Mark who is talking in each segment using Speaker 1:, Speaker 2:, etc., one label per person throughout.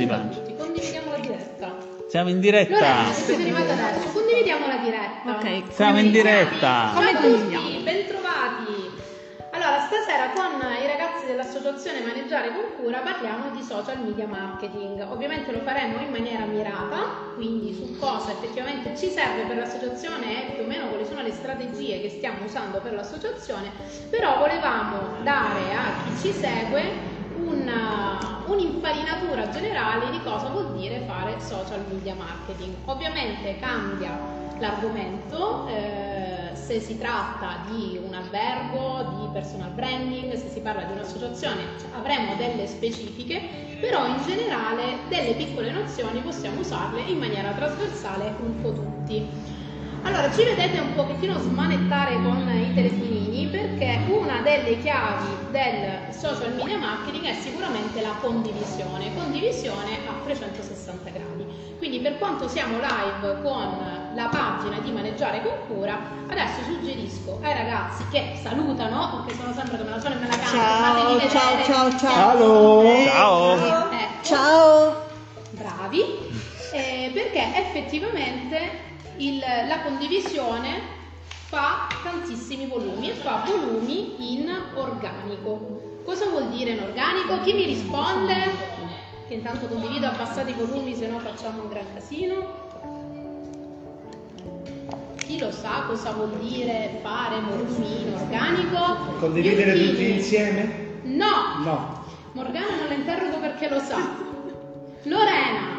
Speaker 1: partecipanti.
Speaker 2: Condividiamo la diretta.
Speaker 1: Siamo in diretta.
Speaker 2: Lorena, siete arrivati adesso, condividiamo la diretta.
Speaker 3: Ok,
Speaker 1: Siamo in diretta.
Speaker 2: Come tutti, bentrovati. Allora, stasera con i ragazzi dell'associazione Maneggiare con Cura parliamo di social media marketing. Ovviamente lo faremo in maniera mirata, quindi su cosa effettivamente ci serve per l'associazione e più o meno quali sono le strategie che stiamo usando per l'associazione, però volevamo dare a chi ci segue un'infarinatura generale di cosa vuol dire fare social media marketing. Ovviamente cambia l'argomento, se si tratta di un albergo, di personal branding, se si parla di un'associazione avremo delle specifiche, però in generale delle piccole nozioni possiamo usarle in maniera trasversale un po' tutti. Allora, ci vedete un pochettino smanettare con i telefonini perché una delle chiavi del social media marketing è sicuramente la condivisione a 360 gradi. Quindi per quanto siamo live con la pagina di Maneggiare con Cura, adesso suggerisco ai ragazzi che salutano, perché sono sempre come la sono e me la canto.
Speaker 1: Ciao.
Speaker 3: Ciao.
Speaker 2: Bravi, perché effettivamente la condivisione fa tantissimi volumi e fa volumi in organico. Cosa vuol dire in organico? Chi mi risponde? Che intanto condivido, abbassate i volumi, se no facciamo un gran casino. Chi lo sa cosa vuol dire fare volumi in organico?
Speaker 4: Condividere tutti insieme?
Speaker 2: No. Morgana non la interrogo perché lo sa. Lorena.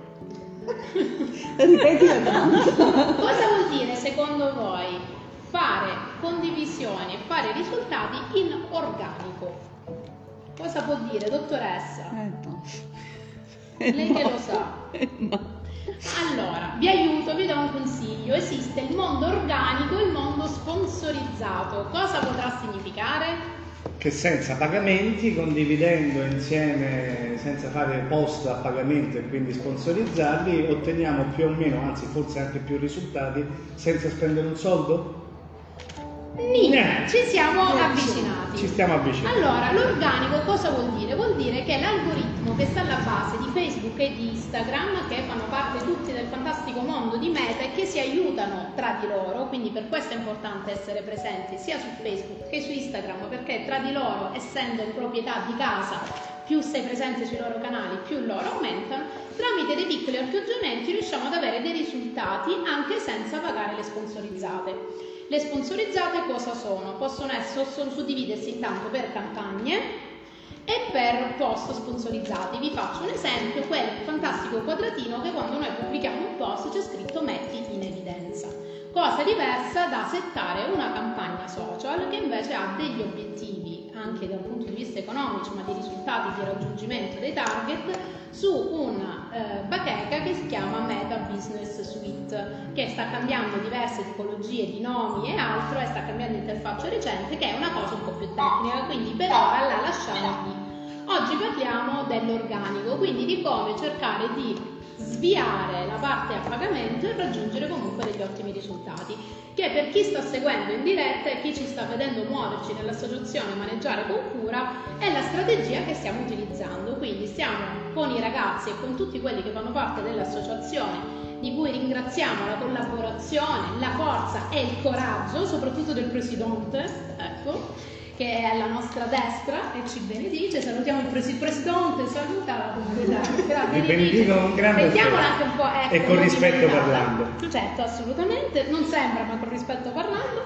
Speaker 3: Ripeti la domanda.
Speaker 2: Cosa vuol dire secondo voi fare condivisioni e fare risultati in organico? Cosa può dire, dottoressa?
Speaker 3: No.
Speaker 2: Lei che lo sa.
Speaker 3: No.
Speaker 2: Allora, vi aiuto, vi do un consiglio. Esiste il mondo organico e il mondo sponsorizzato. Cosa potrà significare?
Speaker 4: Che senza pagamenti, condividendo insieme, senza fare post a pagamento e quindi sponsorizzarli, otteniamo più o meno, anzi forse anche più risultati, senza spendere un soldo?
Speaker 2: Ci siamo avvicinati.
Speaker 4: Ci stiamo avvicinando.
Speaker 2: Allora, l'organico cosa vuol dire? Vuol dire che l'algoritmo che sta alla base di Facebook e di Instagram, che fanno parte tutti del fantastico mondo di Meta e che si aiutano tra di loro, quindi per questo è importante essere presenti sia su Facebook che su Instagram, perché tra di loro, essendo in proprietà di casa, più sei presente sui loro canali, più loro aumentano. Tramite dei piccoli accorgimenti riusciamo ad avere dei risultati anche senza pagare le sponsorizzate. Le sponsorizzate cosa sono? Possono suddividersi intanto per campagne e per post sponsorizzati. Vi faccio un esempio, quel fantastico quadratino che quando noi pubblichiamo un post c'è scritto metti in evidenza. Cosa diversa da settare una campagna social che invece ha degli obiettivi anche dal punto di vista economico, ma di risultati di raggiungimento dei target, su una bacheca che si chiama Meta Business Suite, che sta cambiando diverse tipologie di nomi e altro e sta cambiando interfaccia recente, che è una cosa un po' più tecnica, quindi per ora la lasciamo lì. Oggi parliamo dell'organico, quindi di come cercare di sviare la parte a pagamento e raggiungere comunque degli ottimi risultati, che per chi sta seguendo in diretta e chi ci sta vedendo muoverci nell'associazione Maneggiare con Cura è la strategia che stiamo utilizzando. Quindi stiamo con i ragazzi e con tutti quelli che fanno parte dell'associazione, di cui ringraziamo la collaborazione, la forza e il coraggio, soprattutto del presidente, ecco, che è alla nostra destra e ci benedice. Salutiamo il presidente, saluta la comunità.
Speaker 4: Vi benedico con grande
Speaker 2: anche un po', ecco,
Speaker 4: e con rispetto parlando.
Speaker 2: Certo, assolutamente, non sembra, ma con rispetto parlando.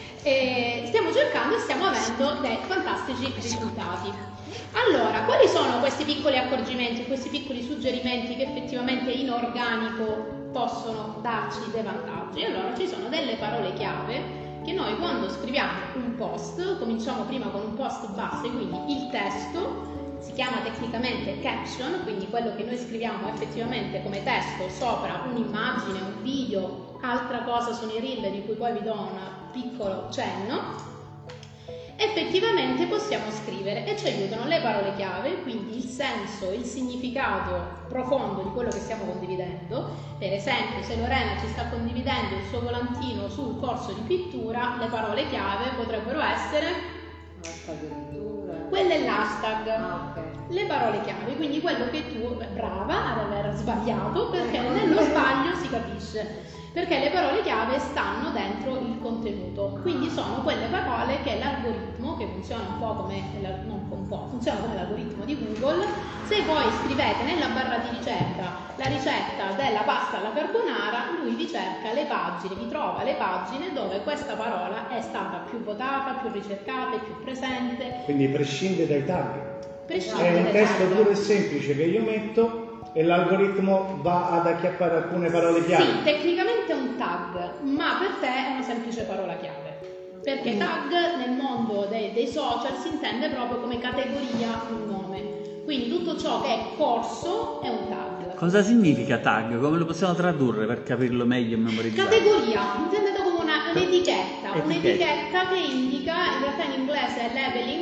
Speaker 2: E stiamo cercando e stiamo avendo dei fantastici risultati. Allora, quali sono questi piccoli accorgimenti, questi piccoli suggerimenti che effettivamente in organico possono darci dei vantaggi? Allora, ci sono delle parole chiave che noi quando scriviamo un post, cominciamo prima con un post base, quindi il testo, si chiama tecnicamente caption, quindi quello che noi scriviamo effettivamente come testo sopra un'immagine, un video, altra cosa sono i reel di cui poi vi do un piccolo cenno. Effettivamente possiamo scrivere e ci aiutano le parole chiave, quindi il senso, il significato profondo di quello che stiamo condividendo. Per esempio, se Lorena ci sta condividendo il suo volantino sul corso di pittura, le parole chiave potrebbero essere quelle là, hashtag, le parole chiave, quindi quello che tu, brava ad aver sbagliato, perché nello sbaglio si capisce, perché le parole chiave stanno dentro il contenuto, quindi sono quelle parole che l'algoritmo, che funziona un po' come, funziona come l'algoritmo di Google, se voi scrivete nella barra di ricerca la ricetta della pasta alla carbonara, lui vi cerca le pagine, vi trova le pagine dove questa parola è stata più votata, più ricercata, più presente.
Speaker 4: Quindi prescinde dai tag.
Speaker 2: Prescinde
Speaker 4: È un
Speaker 2: dai
Speaker 4: testo
Speaker 2: tag.
Speaker 4: puro e semplice che io metto e l'algoritmo va ad acchiappare alcune parole chiave.
Speaker 2: Sì, tecnicamente è un tag, ma per te è una semplice parola chiave. Perché tag nel mondo dei social si intende proprio come categoria un nome. Quindi tutto ciò che è corso è un tag.
Speaker 1: Cosa significa tag? Come lo possiamo tradurre per capirlo meglio e memorizzare?
Speaker 2: Categoria, inteso come un'etichetta,
Speaker 1: Etichetta.
Speaker 2: un'etichetta che indica, in realtà in inglese è labeling,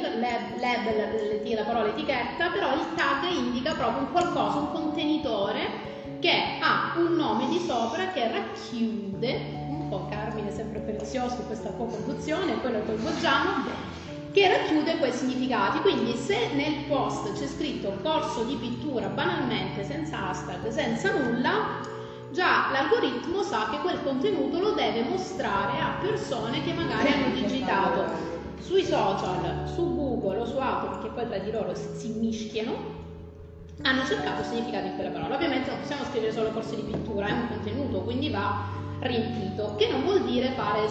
Speaker 2: label, la parola etichetta, però il tag indica proprio un qualcosa, un contenitore che ha un nome di sopra che racchiude, un po' Carmine sempre prezioso questa co-conduzione, poi lo coinvolgiamo, che racchiude quei significati. Quindi se nel post c'è scritto corso di pittura banalmente, senza hashtag, senza nulla, già l'algoritmo sa che quel contenuto lo deve mostrare a persone che magari hanno digitato sui social, su Google o su altro, perché poi tra di loro si mischiano, hanno cercato significato in quella parola. Ovviamente non possiamo scrivere solo corso di pittura, è un contenuto, quindi va riempito, che non vuol dire fare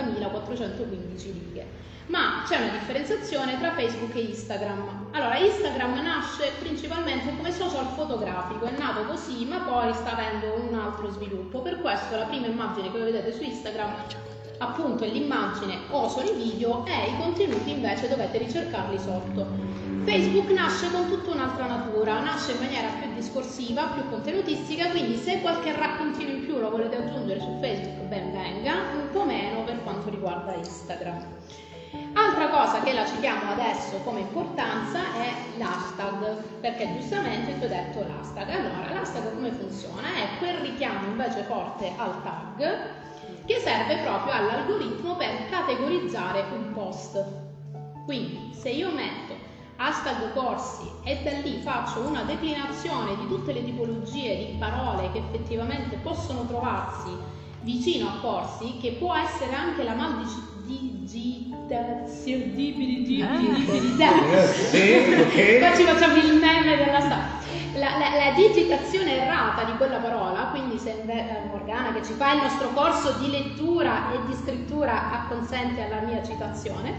Speaker 2: 70.415 righe. Ma c'è una differenziazione tra Facebook e Instagram. Allora, Instagram nasce principalmente come social fotografico, è nato così, ma poi sta avendo un altro sviluppo. Per questo la prima immagine che voi vedete su Instagram, appunto, è l'immagine o sono i video, e i contenuti invece dovete ricercarli sotto. Facebook nasce con tutta un'altra natura, nasce in maniera più discorsiva, più contenutistica, quindi se qualche raccontino in più lo volete aggiungere su Facebook, ben venga, un po' meno per quanto riguarda Instagram. Altra cosa che la citiamo adesso come importanza è l'hashtag, perché giustamente ti ho detto l'hashtag. Allora, l'hashtag come funziona? È quel richiamo invece forte al tag che serve proprio all'algoritmo per categorizzare un post. Quindi, se io metto hashtag corsi e da lì faccio una declinazione di tutte le tipologie di parole che effettivamente possono trovarsi vicino a corsi, che può essere anche la Poi ci facciamo il meme della la digitazione errata di quella parola, quindi se Morgana che ci fa il nostro corso di lettura e di scrittura acconsente alla mia citazione,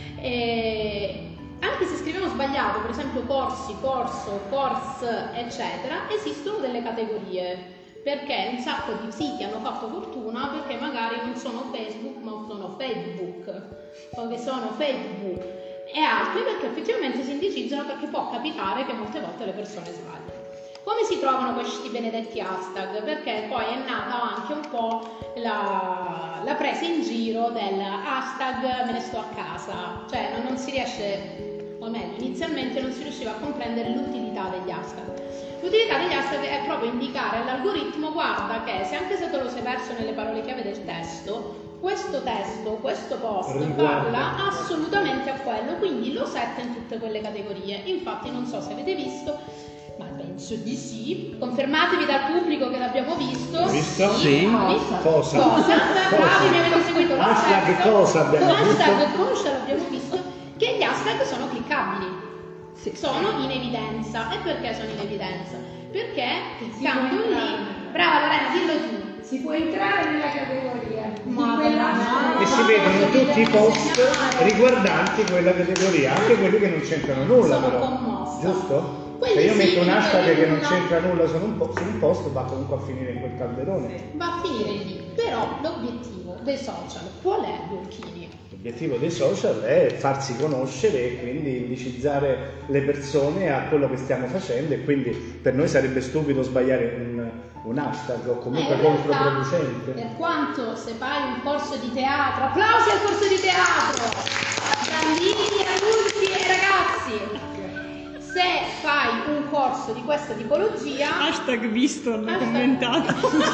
Speaker 2: anche se scriviamo sbagliato, per esempio corsi, corso, course, eccetera, esistono delle categorie, perché un sacco di siti hanno fatto fortuna perché magari non sono Facebook ma sono Facebook, o che sono Facebook e altri, perché effettivamente si indicizzano, perché può capitare che molte volte le persone sbagliano. Come si trovano questi benedetti hashtag? Perché poi è nata anche un po' la presa in giro del hashtag me ne sto a casa, cioè non si riesce, o meglio, inizialmente non si riusciva a comprendere l'utilità degli hashtag. L'utilità degli hashtag è proprio indicare all'algoritmo: guarda che se anche se te lo sei perso nelle parole chiave del testo, questo post parla assolutamente a quello, quindi lo setta in tutte quelle categorie. Infatti non so se avete visto, ma penso di sì, confermatevi dal pubblico che l'abbiamo visto.
Speaker 4: Visto?
Speaker 1: Sì.
Speaker 4: Cosa?
Speaker 2: Bravi, mi avete seguito lo
Speaker 4: Hashtag
Speaker 2: stesso.
Speaker 4: cosa abbiamo
Speaker 2: Hashtag cosa l'abbiamo visto, che gli hashtag sono cliccabili. Sono in evidenza. E perché sono in evidenza? Perché cliccando lì, brava Lorena, dillo tu,
Speaker 5: si può entrare nella categoria
Speaker 4: E si vedono tutti i post riguardanti quella categoria, anche quelli che non c'entrano nulla.
Speaker 2: Sono
Speaker 4: però,
Speaker 2: commossa.
Speaker 4: giusto?
Speaker 2: Quelli
Speaker 4: Se io
Speaker 2: sì,
Speaker 4: metto un hashtag
Speaker 2: quelli
Speaker 4: che non
Speaker 2: no.
Speaker 4: c'entra nulla su un post, va comunque a finire in quel calderone.
Speaker 2: va a finire lì. Però l'obiettivo dei social qual è, Lucchini?
Speaker 4: L'obiettivo dei social è farsi conoscere e quindi indicizzare le persone a quello che stiamo facendo, e quindi per noi sarebbe stupido sbagliare un hashtag o comunque
Speaker 2: In realtà,
Speaker 4: controproducente.
Speaker 2: per quanto se fai un corso di teatro, applausi al corso di teatro, bambini, adulti e ragazzi, se fai un corso di questa tipologia,
Speaker 3: Hashtag visto, hanno commentato.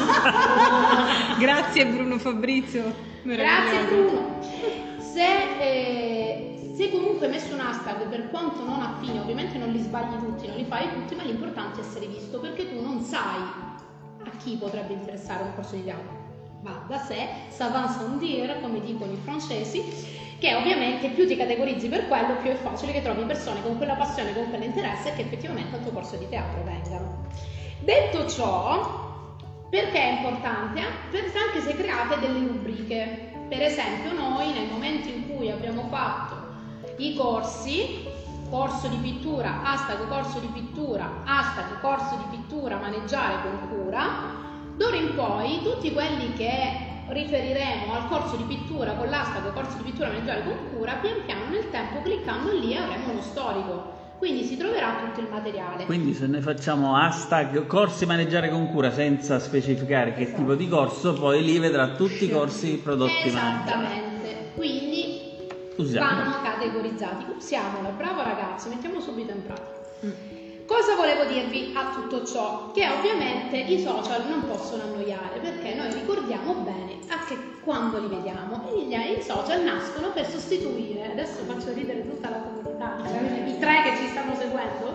Speaker 3: Grazie Bruno Fabrizio.
Speaker 2: grazie Bruno, se comunque comunque hai messo un hashtag, per quanto non affine, ovviamente non li sbagli tutti, non li fai tutti, ma l'importante è essere visto, perché tu non sai a chi potrebbe interessare un corso di teatro. Va da sé, ça va sans dire, come dicono i francesi, che ovviamente più ti categorizzi per quello, più è facile che trovi persone con quella passione, con quell'interesse e che effettivamente al tuo corso di teatro vengano. Detto ciò, perché è importante? Perché anche se create delle rubriche. Per esempio noi nel momento in cui abbiamo fatto i corsi, corso di pittura, hashtag corso di pittura, hashtag corso di pittura maneggiare con cura, d'ora in poi tutti quelli che riferiremo al corso di pittura con l'hashtag corso di pittura maneggiare con cura, pian piano nel tempo cliccando lì avremo uno storico. Quindi si troverà tutto il materiale.
Speaker 1: Quindi se noi facciamo hashtag corsi maneggiare con cura senza specificare che tipo di corso, poi lì vedrà tutti i corsi prodotti maneggiati.
Speaker 2: Esattamente. Quindi vanno categorizzati. Usiamola, bravo ragazzi, mettiamo subito in pratica. Cosa volevo dirvi a tutto ciò? Che ovviamente i social non possono annoiare, perché noi ricordiamo bene a che quando li vediamo. I social nascono per sostituire, adesso faccio ridere tutta la comunità, i 3 che ci stanno seguendo,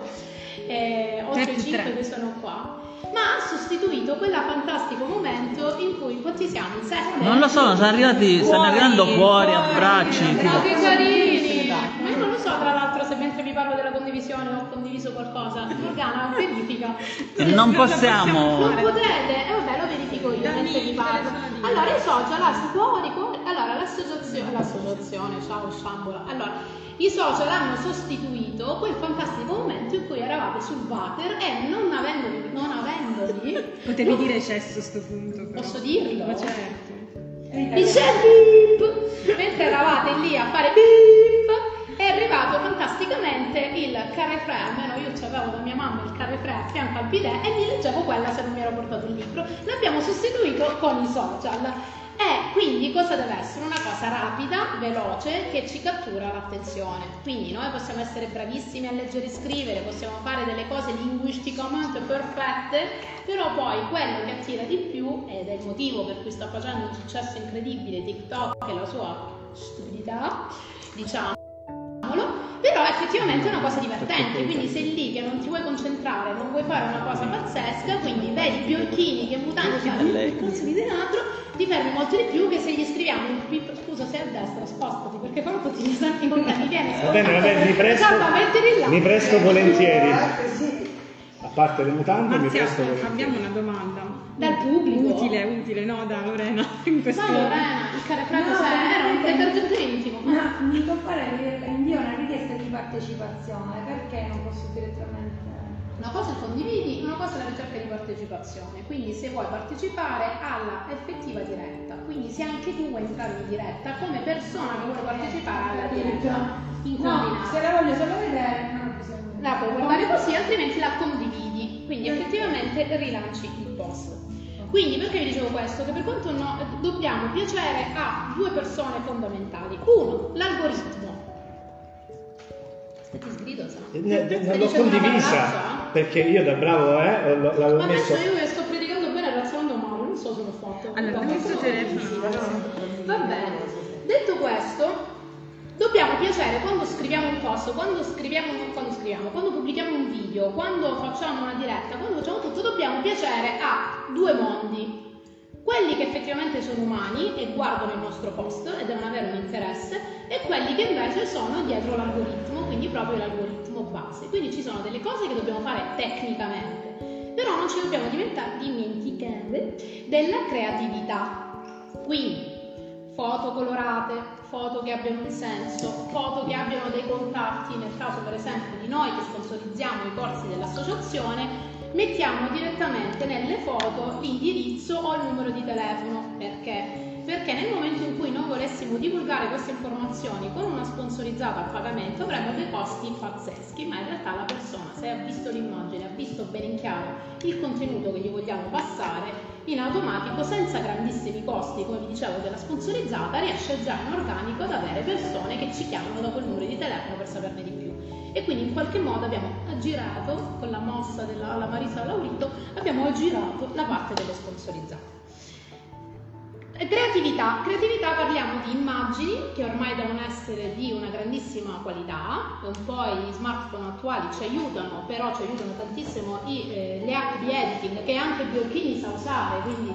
Speaker 2: oltre i 5 che sono qua, ma ha sostituito quel fantastico momento in cui quanti siamo? In 7?
Speaker 1: Non lo so, stanno arrivando cuori, abbracci.
Speaker 2: Ma che carini! Ma io non lo so, tra l'altro, se mentre vi parlo della condivisione ho condiviso qualcosa. Morgana, verifica.
Speaker 1: Non possiamo.
Speaker 2: Non potete? Vabbè, lo verifico io mentre vi parlo. Allora, i social, allora, l'associazione, ciao Sciambola. Allora, i social hanno sostituito quel fantastico momento in cui eravate sul water e non avendoli
Speaker 3: Potevi dire cesso a sto punto. Però.
Speaker 2: Posso dirlo?
Speaker 3: Ma certo.
Speaker 2: Dice beep! Mentre eravate lì a fare beep, è arrivato fantasticamente il carré-frè, almeno io c'avevo da mia mamma il carré-frè a fianco al bidet e mi leggevo quella se non mi ero portato il libro. L'abbiamo sostituito con i social. E quindi cosa deve essere? Una cosa rapida, veloce, che ci cattura l'attenzione. Quindi noi possiamo essere bravissimi a leggere e scrivere, possiamo fare delle cose linguisticamente perfette, però poi quello che attira di più, ed è il motivo per cui sta facendo un successo incredibile TikTok e la sua stupidità, diciamolo, però effettivamente è una cosa divertente, quindi sei lì che non ti vuoi concentrare, non vuoi fare una cosa pazzesca, quindi vedi Biolchini che mutando fa un corso di teatro, ti fermi molto di più che se gli scriviamo un pip, scusa sei a destra, spostati perché fa un po' ti santi con te, mi vieni
Speaker 4: Va bene, mi presto volentieri. A parte le mutande, mi presto volentieri.
Speaker 3: Abbiamo una domanda.
Speaker 2: Dal pubblico?
Speaker 3: Utile, no, da Lorena. In questo
Speaker 2: Ma Lorena, il carré-frè era un detergente intimo.
Speaker 5: Ma mi può fare invio una richiesta di partecipazione, perché non posso direttamente?
Speaker 2: Una cosa è condividi, una cosa è la ricerca di partecipazione, quindi se vuoi partecipare alla effettiva diretta, quindi se anche tu vuoi entrare in diretta come persona che vuole partecipare alla diretta in combinato.
Speaker 5: No, se la voglio solo vedere non ho bisogno.
Speaker 2: La puoi guardare così, altrimenti la condividi, quindi effettivamente rilanci il post. Quindi perché vi dicevo questo? Che per quanto dobbiamo piacere a 2 persone fondamentali. Uno, l'algoritmo. Aspetta, sgrido,
Speaker 4: non l'ho condivisa perché io da bravo l'avevo messo.
Speaker 2: Io che sto predicando bene razzolando male, non so se l'ho fatto.
Speaker 3: Allora, dammi il tuo telefono.
Speaker 2: Va bene. Detto questo, dobbiamo piacere quando scriviamo un post, quando pubblichiamo un video, quando facciamo una diretta, quando facciamo tutto, dobbiamo piacere a 2 mondi. Quelli che effettivamente sono umani e guardano il nostro post e devono avere un interesse, e quelli che invece sono dietro l'algoritmo, quindi proprio l'algoritmo base. Quindi ci sono delle cose che dobbiamo fare tecnicamente, però non ci dobbiamo dimenticare della creatività. Quindi foto colorate, foto che abbiano un senso, foto che abbiano dei contatti, nel caso per esempio di noi che sponsorizziamo i corsi dell'associazione, mettiamo direttamente nelle foto l'indirizzo o il numero di telefono. Perché? Perché nel momento in cui noi volessimo divulgare queste informazioni con una sponsorizzata a pagamento avremmo dei costi pazzeschi, ma in realtà la persona, se ha visto l'immagine, ha visto bene in chiaro il contenuto che gli vogliamo passare, in automatico, senza grandissimi costi, come vi dicevo, della sponsorizzata, riesce già in organico ad avere persone che ci chiamano da quel numero di telefono per saperne di più. E quindi in qualche modo abbiamo aggirato, con la mossa della Marisa Laurito, abbiamo aggirato la parte delle sponsorizzate. Creatività, parliamo di immagini che ormai devono essere di una grandissima qualità, un po' gli smartphone attuali ci aiutano, però ci aiutano tantissimo le app di editing che anche Biochini sa usare, quindi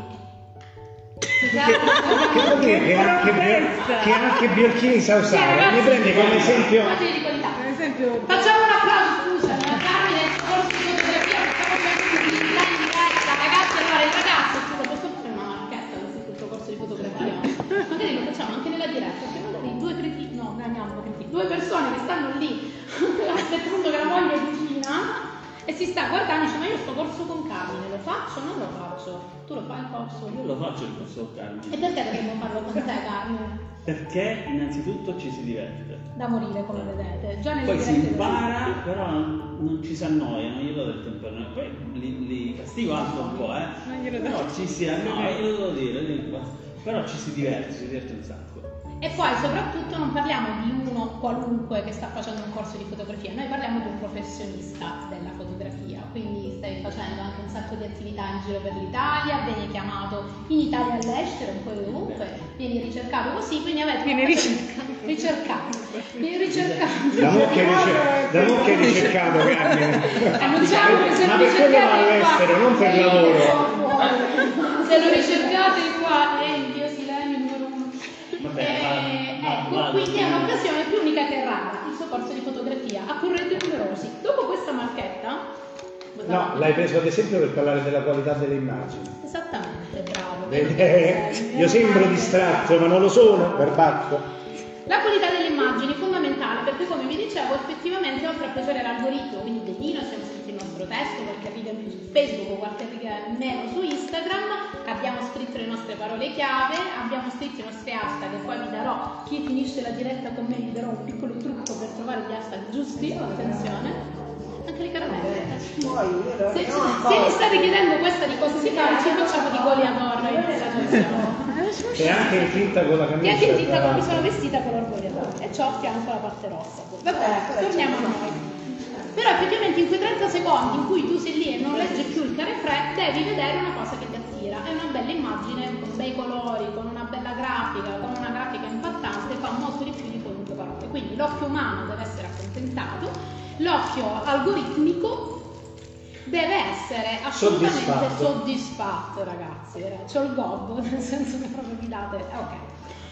Speaker 4: che anche Biochini sa usare. Mi prendi come esempio.
Speaker 2: Immagini di qualità. Facciamo un applauso, scusa, a Carmine del corso di fotografia, facciamo un pubblicità in diretta, ragazzi. Allora il ragazzo, scusa, posso fare una marchetta questo corso di fotografia? Magari lo facciamo anche nella diretta, che magari due persone che stanno lì aspettando che la moglie cucina e si sta guardando e dice: ma io sto corso con Carmine, lo faccio o non lo faccio? Tu lo fai il corso?
Speaker 1: Io lo faccio il corso con Carmine.
Speaker 2: E perché dovremmo farlo con te, Carmine?
Speaker 1: Perché innanzitutto ci si diverte.
Speaker 2: Da morire, come vedete. Già nelle
Speaker 1: Poi si
Speaker 2: dirette
Speaker 1: impara, però non ci si annoia, non glielo do del tempo. Poi li castigo anche un po', però ci si annoia, glielo devo dire, però ci si diverte un sacco.
Speaker 2: E poi soprattutto non parliamo di uno qualunque che sta facendo un corso di fotografia, noi parliamo di un professionista della fotografia, quindi stai facendo anche un sacco di attività in giro per l'Italia, vieni chiamato in Italia e all'estero, un po' ovunque, vieni ricercato così, quindi avete ricercato.
Speaker 4: Da mo' che ricercato, Carmine.
Speaker 2: Annunciamo che se
Speaker 4: Ma
Speaker 2: lo
Speaker 4: per quello va
Speaker 2: ricercate
Speaker 4: all'estero, non per lavoro.
Speaker 2: Se lo ricercate qua, Dio Sileni numero 1. Quindi è un'occasione più unica che rara, il suo corso di fotografia a correnti numerosi. Dopo questa marchetta...
Speaker 4: No, l'hai preso ad esempio per parlare della qualità delle immagini.
Speaker 2: Esattamente, bravo.
Speaker 4: Io sembro distratto, ma non lo sono, perbacco.
Speaker 2: La qualità delle immagini è fondamentale perché, come vi dicevo, effettivamente oltre a piacere l'algoritmo, quindi Delino, siamo sentiti il nostro testo, qualche riga in più su Facebook o qualche riga in meno su Instagram, abbiamo scritto le nostre parole chiave, abbiamo scritto i nostri hashtag e poi vi darò, chi finisce la diretta con me vi darò un piccolo trucco per trovare gli hashtag giusti, attenzione. Anche le caramelle. Se mi state chiedendo questa di cosa si fa, ci facciamo di goli a torno in questa trasmissione.
Speaker 4: E anche in tinta con la camicia.
Speaker 2: E anche in tinta con mi sono vestita color goli a torno. E c'ho a fianco la parte rossa. Vabbè, torniamo a noi. Però effettivamente in quei 30 secondi in cui tu sei lì e non leggi più il carrefrè, devi vedere una cosa che ti attira. È una bella immagine con bei colori, con una bella grafica, con una grafica impattante, fa molto di più di qualunque parola. Quindi l'occhio umano deve essere accontentato. L'occhio algoritmico deve essere assolutamente soddisfatto, ragazzi. C'ho il gobbo, nel senso che proprio vi date. Ok.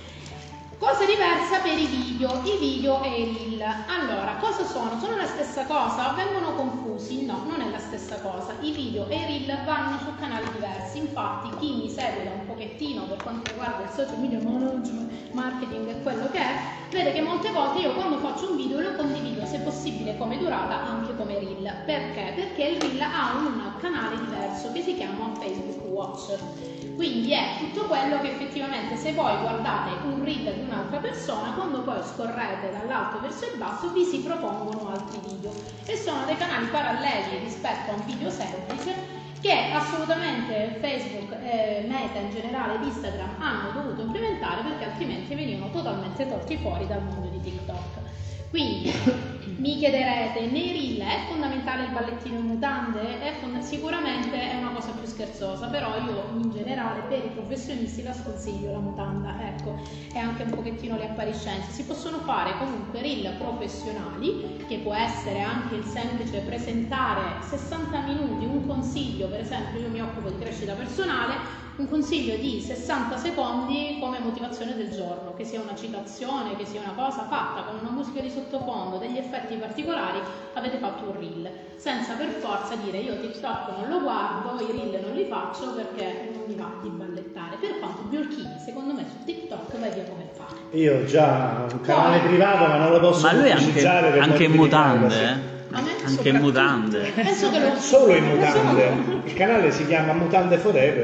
Speaker 2: Cosa diversa per i video e i reel. Allora, cosa sono? Sono la stessa cosa? Vengono confusi? No, non è la stessa cosa. I video e i reel vanno su canali diversi. Infatti, chi mi segue da un pochettino per quanto riguarda il social media management, marketing e quello che è, vede che molte volte io quando faccio un video lo condivido, se possibile come durata, anche come reel. Perché? Perché il reel ha un canale diverso che si chiama Facebook Watch. Quindi è tutto quello che effettivamente, se voi guardate un reel di un'altra persona, quando poi scorrete dall'alto verso il basso vi si propongono altri video e sono dei canali paralleli rispetto a un video semplice che assolutamente Facebook, Meta in generale ed Instagram hanno dovuto implementare perché altrimenti venivano totalmente tolti fuori dal mondo di TikTok. Quindi mi chiederete, nei reel è fondamentale il ballettino in mutande? Sicuramente è una cosa più scherzosa, però io in generale per i professionisti la sconsiglio la mutanda, ecco, e anche un pochettino le appariscenze. Si possono fare comunque reel professionali, che può essere anche il semplice presentare 60 minuti, un consiglio, per esempio io mi occupo di crescita personale, un consiglio di 60 secondi come motivazione del giorno, che sia una citazione, che sia una cosa fatta con una musica di sottofondo, degli effetti particolari, avete fatto un reel, senza per forza dire io TikTok non lo guardo, i reel non li faccio perché non mi va di ballettare, per quanto Bjorkini secondo me su TikTok vedi come fare.
Speaker 4: Io ho già un canale privato ma non lo posso utilizzare per
Speaker 1: anche in mutande, anche in mutande.
Speaker 2: Penso che lo
Speaker 4: solo in mutande. Il canale si chiama Mutande Forever.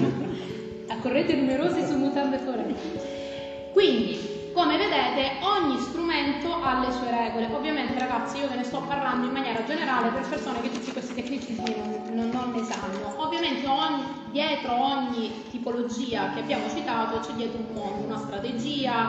Speaker 2: Accorrete numerosi su Mutande Forever. Quindi, come vedete, ogni strumento ha le sue regole. Ovviamente, ragazzi, io ve ne sto parlando in maniera generale per persone che tutti questi tecnicismi non ne sanno. Ovviamente, dietro ogni tipologia che abbiamo citato c'è dietro un mondo, una strategia,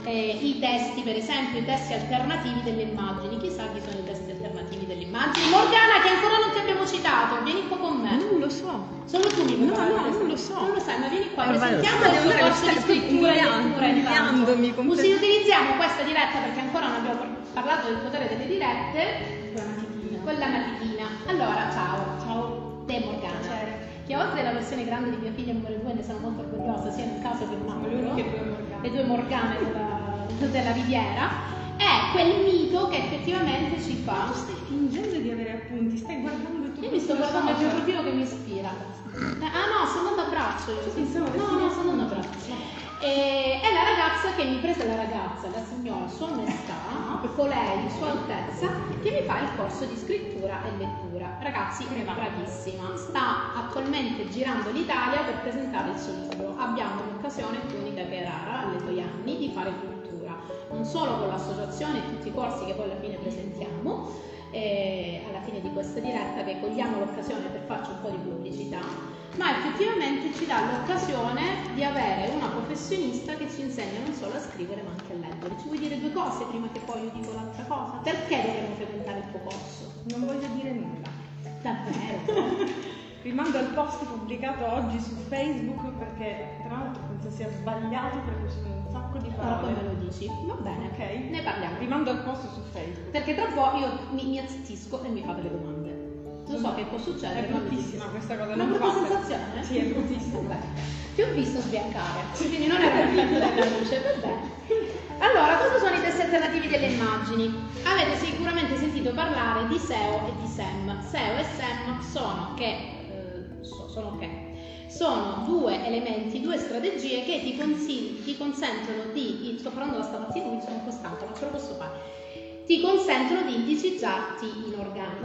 Speaker 2: i testi, per esempio, i testi alternativi delle immagini. Chissà chi sono i testi alternativi delle immagini. Morgana, che ancora non ti abbiamo citato, vieni un po' con me.
Speaker 3: Non lo so.
Speaker 2: Solo tu mi puoi
Speaker 3: No,
Speaker 2: parlare.
Speaker 3: non lo so.
Speaker 2: Non lo sai, ma vieni qua,
Speaker 3: Ormai lo
Speaker 2: presentiamo
Speaker 3: so.
Speaker 2: il tuo corso di scrittura e lettura intanto.
Speaker 3: umiliandomi
Speaker 2: Utilizziamo questa diretta perché ancora non abbiamo parlato del potere delle dirette. Con la matitina. Allora, ciao. Te Morgana. Che oltre alla versione grande di mia figlia numero 2 ne sono molto orgogliosa, sia nel caso che non le due Morgane della Riviera, è quel mito che effettivamente ci fa.
Speaker 3: Tu stai fingendo di avere appunti, stai guardando il tuo
Speaker 2: Io mi sto guardando il mio profilo che mi ispira. No, sono andando a braccio io. No, sono andando a braccio. E è la ragazza che mi prese la signora, Sua Maestà, colei, Sua Altezza, che mi fa il corso di scrittura e lettura. Ragazzi, è bravissima, sta attualmente girando l'Italia per presentare il suo libro. Abbiamo un'occasione unica che è rara alle tuoi anni di fare cultura, non solo con l'associazione e tutti i corsi che poi alla fine presentiamo, alla fine di questa diretta, che cogliamo l'occasione per farci un po' di pubblicità, ma effettivamente ci dà l'occasione di avere una professionista che ci insegna non solo a scrivere ma anche a leggere. Ci vuoi dire due cose prima che poi io dico l'altra cosa? Perché dovremmo frequentare il tuo corso?
Speaker 3: Non voglio dire nulla.
Speaker 2: Davvero?
Speaker 3: Rimando al post pubblicato oggi su Facebook perché tra l'altro penso sia sbagliato perché ci sono un sacco di
Speaker 2: Allora poi
Speaker 3: parole.
Speaker 2: me lo dici. Va bene,
Speaker 3: Ok.
Speaker 2: ne parliamo.
Speaker 3: Rimando al post su Facebook.
Speaker 2: Perché tra poco io mi azzittisco e mi fa delle domande. Lo so che può succedere.
Speaker 3: È
Speaker 2: ma mi
Speaker 3: bruttissima
Speaker 2: zittisco.
Speaker 3: questa cosa.
Speaker 2: Una
Speaker 3: non
Speaker 2: brutta
Speaker 3: fate.
Speaker 2: sensazione?
Speaker 3: Sì, è bruttissima.
Speaker 2: Vabbè. Ti ho visto sbiancare, quindi non era l'effetto della luce, va bene. Allora, cosa sono i testi alternativi delle immagini? Avete sicuramente sentito parlare di SEO e di SEM. SEO e SEM sono due elementi, due strategie che ti consentono di, sto parlando da stamattina quindi sono un po' stanca, ma ce lo posso fare, ti consentono di indicizzarti in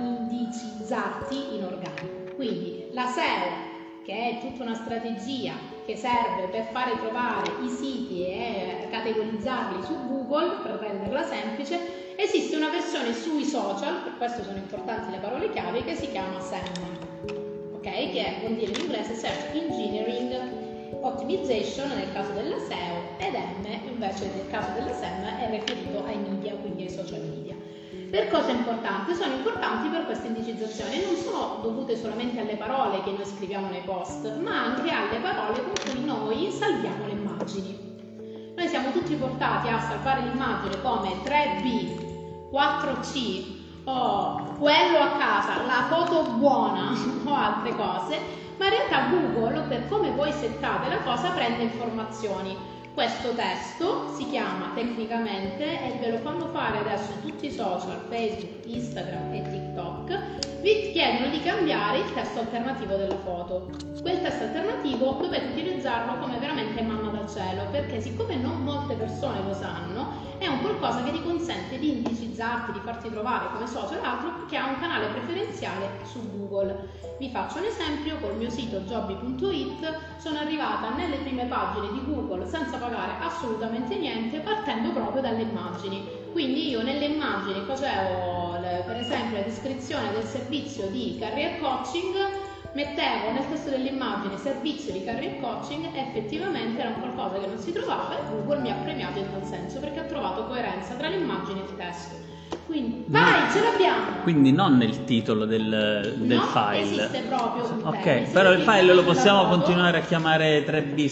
Speaker 2: organico. Quindi la SEO, che è tutta una strategia che serve per fare trovare i siti e categorizzarli su Google, per renderla semplice, esiste una versione sui social, per questo sono importanti le parole chiave, che si chiama SEM, ok? Che vuol dire in inglese Search Engineering Optimization nel caso della SEO, ed M invece nel caso della SEM è riferito ai media, quindi ai social media. Per cosa è importante? Sono importanti per questa indicizzazione, non sono dovute solamente alle parole che noi scriviamo nei post, ma anche alle parole con cui noi salviamo le immagini. Noi siamo tutti portati a salvare l'immagine come 3B, 4C o quello a casa, la foto buona o altre cose, ma in realtà Google, per come voi settate la cosa, prende informazioni. Questo testo si chiama tecnicamente, e ve lo fanno fare adesso tutti i social, Facebook, Instagram e TikTok, vi chiedono di cambiare il testo alternativo della foto. Quel testo alternativo dovete utilizzarlo come veramente manna dal cielo, perché siccome non molte persone lo sanno, è un qualcosa che ti consente di indicizzarti, di farti trovare come social, altro perché ha un canale preferenziale su Google. Vi faccio un esempio: col mio sito jobby.it sono arrivata nelle prime pagine di Google senza pagare assolutamente niente, partendo proprio dalle immagini. Quindi io nelle immagini facevo per esempio la descrizione del servizio di career coaching, mettevo nel testo dell'immagine servizio di career coaching e effettivamente era un qualcosa che non si trovava, e Google mi ha premiato in tal senso perché ha trovato coerenza tra l'immagine e il testo. Quindi vai, ce l'abbiamo!
Speaker 1: Quindi non nel titolo del
Speaker 2: no,
Speaker 1: file.
Speaker 2: Esiste proprio un
Speaker 1: Ok,
Speaker 2: termine.
Speaker 1: però il file lo possiamo
Speaker 2: foto,
Speaker 1: continuare a chiamare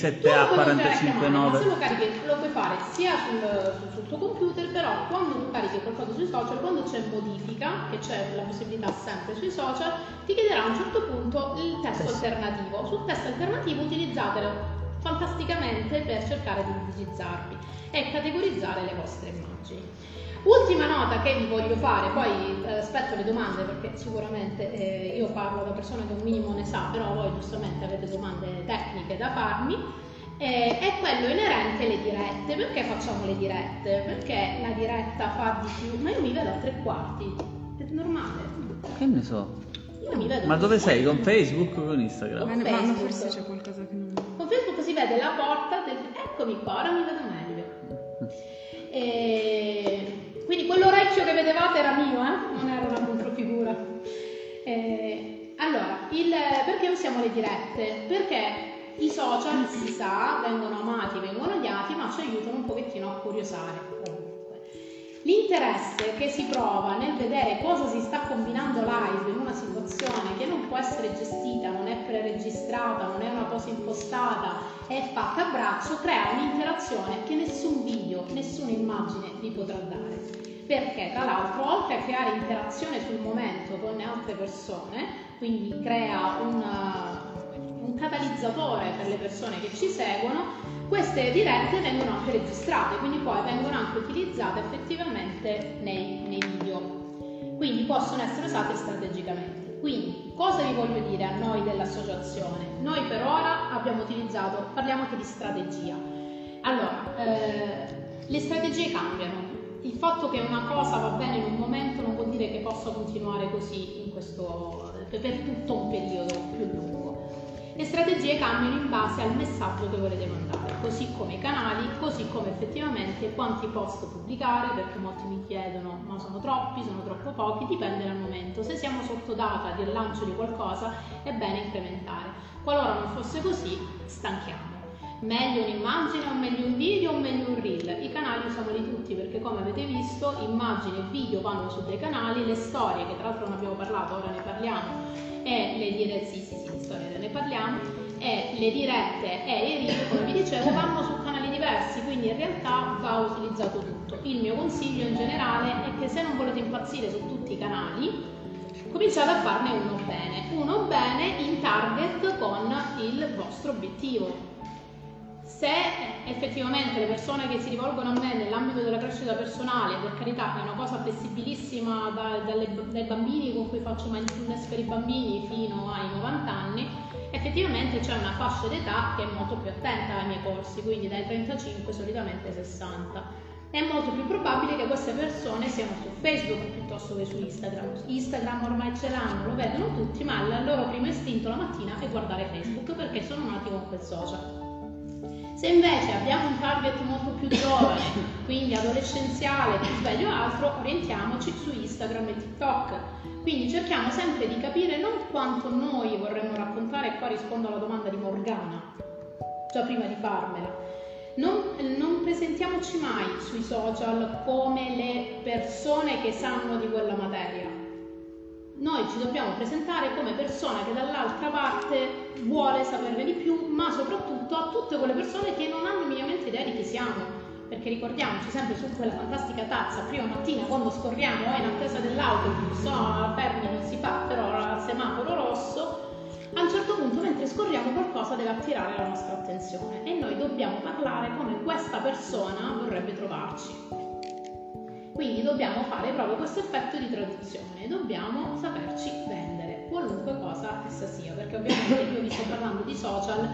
Speaker 1: 3B7A459.
Speaker 2: Se lo carichi, lo puoi fare sia sul tuo computer, però quando tu carichi qualcosa sui social, quando c'è modifica, che c'è la possibilità sempre sui social, ti chiederà a un certo punto il testo alternativo. Sul testo alternativo utilizzatelo fantasticamente per cercare di indicizzarvi e categorizzare le vostre immagini. Ultima nota che vi voglio fare, poi aspetto le domande perché sicuramente io parlo da persona che un minimo ne sa, però voi giustamente avete domande tecniche da farmi, è quello inerente alle dirette. Perché facciamo le dirette? Perché la diretta fa di più, ma io mi vedo a 3/4, è normale.
Speaker 1: Che ne so.
Speaker 2: Io mi vedo
Speaker 1: Ma dove sei? Con Facebook o con Instagram?
Speaker 3: Ma
Speaker 2: Facebook.
Speaker 3: forse c'è qualcosa che non...
Speaker 2: Con Facebook si vede la porta eccomi qua, ora mi vedo meglio. Quindi quell'orecchio che vedevate era mio, non era una controfigura. Allora, perché usiamo le dirette? Perché I social, si sa, vengono amati, vengono odiati, ma ci aiutano un pochettino a curiosare. L'interesse che si prova nel vedere cosa si sta combinando live in una situazione che non può essere gestita, non è preregistrata, non è una cosa impostata, è fatta a braccio, crea un'interazione che nessun video, nessuna immagine vi potrà dare. Perché tra l'altro, oltre a creare interazione sul momento con altre persone, quindi crea un catalizzatore per le persone che ci seguono, queste dirette vengono anche registrate, quindi poi vengono anche utilizzate effettivamente nei video, quindi possono essere usate strategicamente. Quindi cosa vi voglio dire a noi dell'associazione? Noi per ora abbiamo utilizzato, parliamo anche di strategia. Allora, le strategie cambiano. Il fatto che una cosa va bene in un momento non vuol dire che possa continuare così in questo, per tutto un periodo più lungo. Le strategie cambiano in base al messaggio che volete mandare, così come i canali, così come effettivamente quanti post pubblicare, perché molti mi chiedono ma sono troppi, sono troppo pochi, dipende dal momento. Se siamo sotto data del lancio di qualcosa è bene incrementare, qualora non fosse così stanchiamo. Meglio un'immagine o meglio un video o meglio un reel? I canali usiamoli tutti perché, come avete visto, immagini e video vanno su dei canali, le storie, che tra l'altro non abbiamo parlato, ora ne parliamo, e le dirette, le storie ne parliamo, e le dirette e i reel, come vi dicevo, vanno su canali diversi, quindi in realtà va utilizzato tutto. Il mio consiglio in generale è che se non volete impazzire su tutti i canali, cominciate a farne uno bene in target con il vostro obiettivo. Se effettivamente le persone che si rivolgono a me nell'ambito della crescita personale, per carità, è una cosa flessibilissima dai bambini con cui faccio mindfulness per i bambini fino ai 90 anni, effettivamente c'è una fascia d'età che è molto più attenta ai miei corsi, quindi dai 35 solitamente ai 60. È molto più probabile che queste persone siano su Facebook piuttosto che su Instagram. Instagram ormai ce l'hanno, lo vedono tutti, ma il loro primo istinto la mattina è guardare Facebook perché sono nati con quel social. Se invece abbiamo un target molto più giovane, quindi adolescenziale, più sveglio o altro, orientiamoci su Instagram e TikTok. Quindi cerchiamo sempre di capire non quanto noi vorremmo raccontare, e qua rispondo alla domanda di Morgana, già prima di farmela. Non presentiamoci mai sui social come le persone che sanno di quella materia. Noi ci dobbiamo presentare come persona che dall'altra parte vuole saperne di più, ma soprattutto a tutte quelle persone che non hanno minimamente idea di chi siamo, perché ricordiamoci sempre su quella fantastica tazza prima mattina quando scorriamo in attesa dell'autobus, fermi non si fa, però al semaforo rosso, a un certo punto mentre scorriamo qualcosa deve attirare la nostra attenzione e noi dobbiamo parlare come questa persona vorrebbe trovarci. Quindi dobbiamo fare proprio questo effetto di traduzione, dobbiamo saperci vendere, qualunque cosa essa sia, perché ovviamente io vi sto parlando di social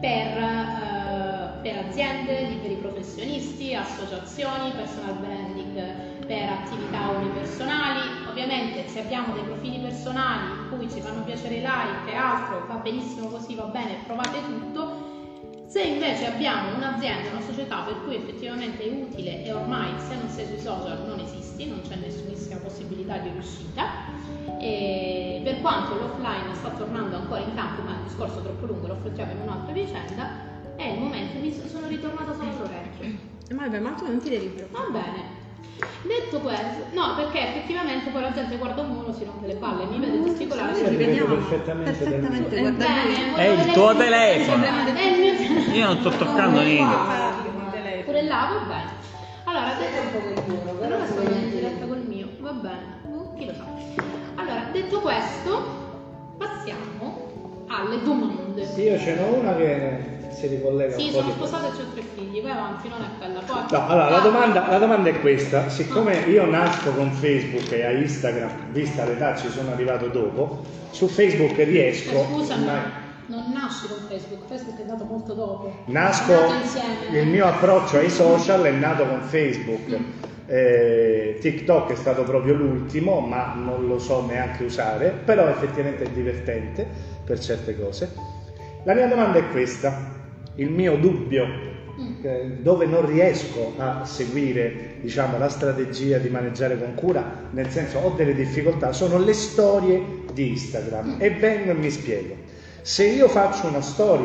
Speaker 2: per aziende, liberi professionisti, associazioni, personal branding per attività unipersonali. Ovviamente se abbiamo dei profili personali in cui ci fanno piacere i like e altro, va benissimo così, va bene, provate tutto. Se invece abbiamo un'azienda, una società per cui effettivamente è utile e ormai se non sei sui social non esisti, non c'è nessunissima possibilità di riuscita, e per quanto l'offline sta tornando ancora in campo, ma il discorso è troppo lungo, lo affrontiamo in un'altra vicenda, è il momento, sono ritornata solo all'orecchio.
Speaker 3: Vabbè, ma tu non ti devi preoccupare.
Speaker 2: Va bene. Detto questo, no, perché effettivamente poi la gente guarda uno, si rompe le palle, mi vede gesticolare,
Speaker 4: Io
Speaker 2: ci
Speaker 4: li vedo
Speaker 2: vediamo.
Speaker 4: perfettamente
Speaker 3: guarda
Speaker 2: Bene,
Speaker 1: È il tuo telefono.
Speaker 2: È il mio.
Speaker 1: Io non sto toccando niente.
Speaker 2: Pure là, va bene. Allora, allora sto in diretta col mio, va bene, chi lo sa. Allora, detto questo, passiamo alle domande.
Speaker 4: Sì, io ce n'ho una che si ricollega
Speaker 2: Sì,
Speaker 4: un po'
Speaker 2: sono
Speaker 4: di
Speaker 2: sposata e ho 3 figli, vai avanti, non è quella. Poi...
Speaker 4: No, allora la domanda è questa: siccome io nasco con Facebook e a Instagram, vista l'età ci sono arrivato dopo, su Facebook riesco.
Speaker 2: Scusami, non nasci con Facebook, Facebook è nato molto dopo.
Speaker 4: Nasco,
Speaker 2: È nato insieme.
Speaker 4: il mio approccio ai social è nato con Facebook. TikTok è stato proprio l'ultimo, ma non lo so neanche usare, però effettivamente è divertente per certe cose. La mia domanda è questa: il mio dubbio, dove non riesco a seguire, diciamo, la strategia di maneggiare con cura, nel senso ho delle difficoltà, sono le storie di Instagram. E vengo e mi spiego: se io faccio una storia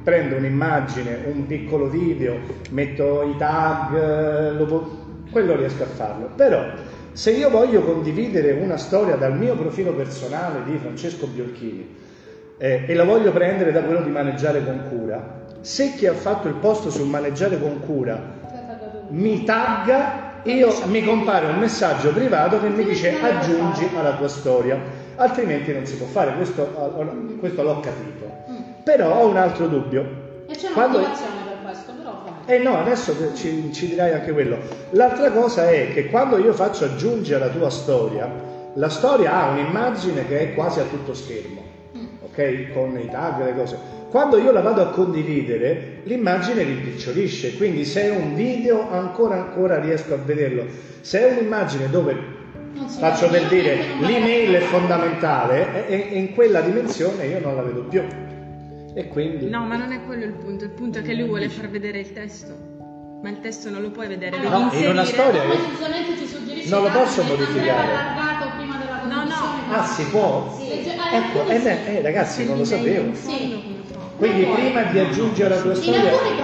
Speaker 4: prendo un'immagine, un piccolo video, metto i tag, quello riesco a farlo. Però se io voglio condividere una storia dal mio profilo personale di Francesco Biolchini e la voglio prendere da quello di Maneggiare con Cura, se chi ha fatto il post sul Maneggiare con Cura mi tagga, mi compare un messaggio privato che mi dice aggiungi alla tua storia, altrimenti non si può fare. Questo l'ho capito. Però ho un altro dubbio.
Speaker 2: E c'è una motivazione per questo, però.
Speaker 4: No, adesso ci dirai anche quello. L'altra cosa è che quando io faccio aggiungi alla tua storia, la storia ha un'immagine che è quasi a tutto schermo, ok? Con i tag e le cose. Quando io la vado a condividere, l'immagine rimpicciolisce, quindi se è un video ancora riesco a vederlo. Se è un'immagine dove, faccio per dire, l'email è fondamentale, e in quella dimensione io non la vedo più. E quindi...
Speaker 3: No, ma non è quello il punto è che lui vuole far vedere il testo. Ma il testo non lo puoi vedere, devi
Speaker 4: no,
Speaker 3: inserire.
Speaker 4: in una storia
Speaker 2: Giustamente ci suggerisce
Speaker 4: non lo posso modificare.
Speaker 2: Allargato prima della
Speaker 3: No.
Speaker 4: Ah, si può?
Speaker 2: Sì.
Speaker 4: Ecco, ragazzi, non lo sapevo.
Speaker 2: Sì.
Speaker 4: Quindi prima di aggiungere la tua storia...
Speaker 2: In alcuni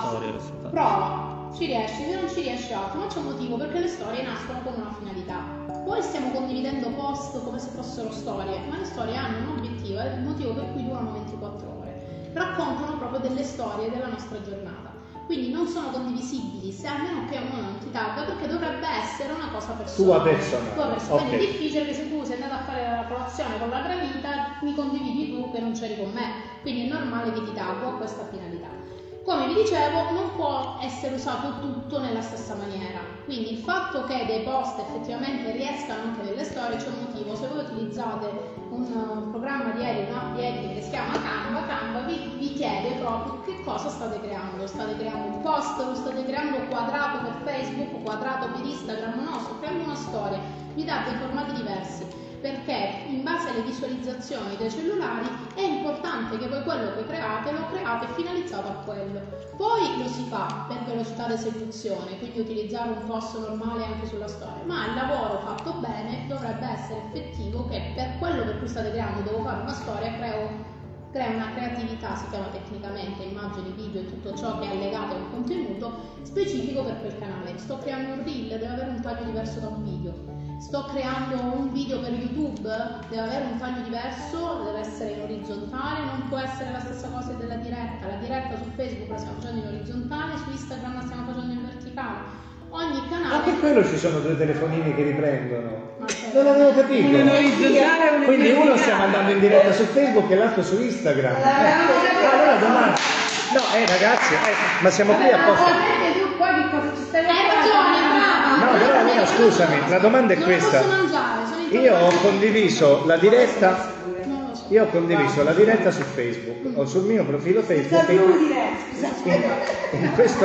Speaker 2: prova, ci riesci, se non ci riesci altro, ma c'è un motivo, perché le storie nascono con una finalità. Poi stiamo condividendo post come se fossero storie, ma le storie hanno un obiettivo, è il motivo per cui durano 24 ore. Raccontano proprio delle storie della nostra giornata. Quindi non sono condivisibili se almeno che uno non ti tagga, perché dovrebbe essere una cosa personale. Tua persona. Quindi è difficile che se tu sei andato a fare la colazione con la gravita mi condividi tu che non c'eri con me. Quindi è normale che ti taggo a questa finalità. Come vi dicevo, non può essere usato tutto nella stessa maniera. Quindi il fatto che dei post effettivamente riescano anche nelle storie c'è un motivo. Se voi utilizzate un programma di editing, un'app di editing che si chiama Canva vi chiede proprio che cosa state creando. State creando un post, lo state creando quadrato per Facebook, quadrato per Instagram? No, sto creando una storia. Vi dà dei formati diversi, perché in base alle visualizzazioni dei cellulari è importante che voi quello che create lo create finalizzato a quello. Poi lo si fa per velocità di esecuzione, quindi utilizzare un post normale anche sulla storia, ma il lavoro fatto bene dovrebbe essere effettivo, che per quello per cui state creando, devo fare una storia, crea una creatività, si chiama tecnicamente, immagini, video e tutto ciò che è allegato a un contenuto specifico per quel canale. Sto creando un reel, deve avere un taglio diverso da un video. Sto creando un video per YouTube, deve avere un taglio diverso, deve essere in orizzontale, non può essere la stessa cosa della diretta. La diretta su Facebook la stiamo facendo in orizzontale, su Instagram la stiamo facendo in verticale. Ogni canale...
Speaker 4: Anche quello ci sono due telefonini che riprendono. Non avevo capito. Quindi uno stiamo andando in diretta su Facebook e l'altro su Instagram. Allora domani... No, ragazzi, ma siamo qui apposta.
Speaker 2: Hai ragione, brava!
Speaker 4: No, però almeno scusami, la domanda è questa. Io ho condiviso la diretta. Io ho condiviso la diretta su Facebook, o sul mio profilo Facebook. In questo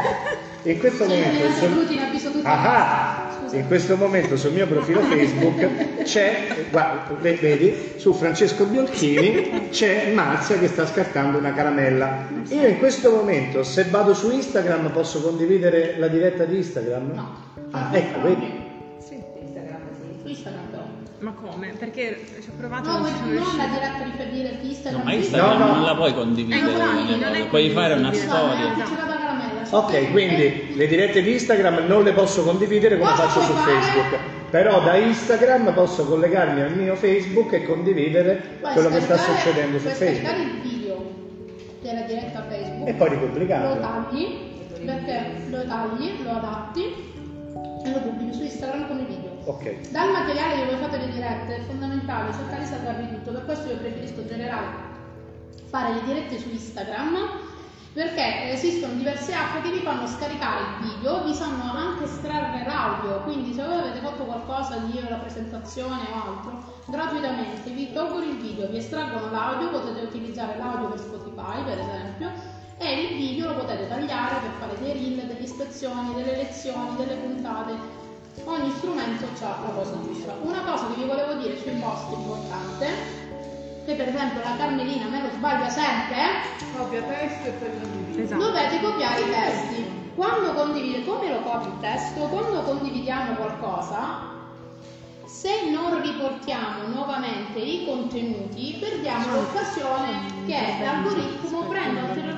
Speaker 4: momento sul mio profilo Facebook c'è, guarda, vedi, su Francesco Biolchini c'è Marzia che sta scartando una caramella. Io in questo momento, se vado su Instagram, posso condividere la diretta di Instagram?
Speaker 2: No.
Speaker 4: Ecco, vedi?
Speaker 3: Sì.
Speaker 2: Su Instagram però.
Speaker 3: Ma come? Perché ci ho provato
Speaker 2: No,
Speaker 3: non ci sono
Speaker 2: non la
Speaker 3: riuscita.
Speaker 2: diretta riferire di Instagram.
Speaker 1: No, ma Instagram
Speaker 4: No.
Speaker 1: non la puoi condividere,
Speaker 3: non è
Speaker 1: puoi fare una
Speaker 3: condivisibile.
Speaker 1: storia.
Speaker 4: Ok, quindi le dirette di Instagram non le posso condividere come
Speaker 2: Cosa
Speaker 4: faccio su
Speaker 2: puoi fare?
Speaker 4: Facebook, però da Instagram posso collegarmi al mio Facebook e condividere quello che sta succedendo su
Speaker 2: puoi
Speaker 4: Facebook.
Speaker 2: scaricare il video della diretta Facebook
Speaker 4: E poi
Speaker 2: lo
Speaker 4: ripubblicarlo.
Speaker 2: tagli, perché lo tagli, lo adatti e lo pubblichi su Instagram con il video.
Speaker 4: Ok.
Speaker 2: Dal materiale che voi fate le dirette è fondamentale cercare di salvarvi tutto, per questo io preferisco in generale fare le dirette su Instagram, perché esistono diverse app che vi fanno scaricare il video, vi sanno anche estrarre l'audio, quindi se voi avete fatto qualcosa di la presentazione o altro, gratuitamente vi tolgono il video, vi estraggono l'audio, potete utilizzare l'audio per Spotify per esempio, e il video lo potete tagliare per fare dei reel, delle ispezioni, delle lezioni, delle puntate. Ogni strumento ha la cosa giusta. Una cosa che vi volevo dire sui post importante, che per esempio la Carmelina me lo sbaglia sempre,
Speaker 3: Copia testo e poi condividi. Esatto.
Speaker 2: dovete copiare i testi. Quando condivide, come lo copi il testo? Quando condividiamo qualcosa, se non riportiamo nuovamente i contenuti, perdiamo l'occasione che l'algoritmo prenda ulteriormente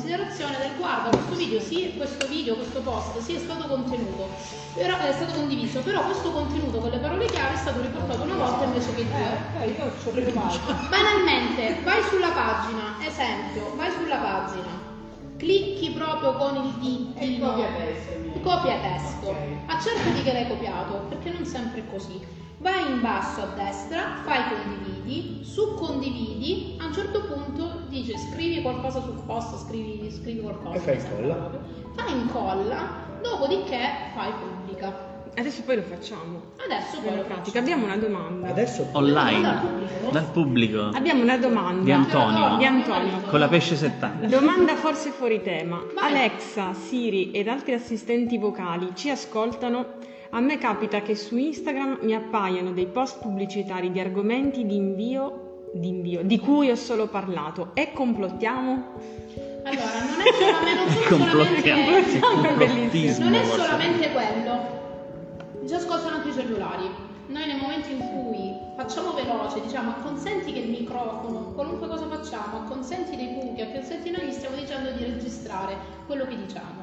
Speaker 2: considerazione del guarda, questo post sì è stato condiviso, però questo contenuto con le parole chiave è stato riportato una volta invece che due.
Speaker 3: Io ci ho provato.
Speaker 2: Banalmente, vai sulla pagina, clicchi proprio con il ditino, copia testo, accertati che l'hai copiato, perché non sempre è così. Vai in basso a destra, fai condividi, su condividi, a un certo punto dice scrivi qualcosa sul post, scrivi qualcosa.
Speaker 4: E fai incolla.
Speaker 2: Fai incolla, dopodiché fai pubblica.
Speaker 6: Adesso poi lo facciamo.
Speaker 2: Adesso poi lo
Speaker 6: pratica. Abbiamo una domanda.
Speaker 4: Adesso
Speaker 1: Online, dal pubblico.
Speaker 6: Abbiamo una domanda
Speaker 1: Di Antonio.
Speaker 6: Di Antonio.
Speaker 1: Con la pesce 70.
Speaker 6: Domanda forse fuori tema.
Speaker 2: Vai.
Speaker 6: Alexa, Siri ed altri assistenti vocali ci ascoltano? A me capita che su Instagram mi appaiano dei post pubblicitari di argomenti di invio di cui ho solo parlato. E complottiamo?
Speaker 2: Allora, non è solamente quello. Ci ascoltano anche i cellulari. Noi nel momento in cui facciamo veloce, diciamo acconsenti che il microfono, qualunque cosa facciamo, acconsenti dei buchi, acconsenti, noi gli stiamo dicendo di registrare quello che diciamo.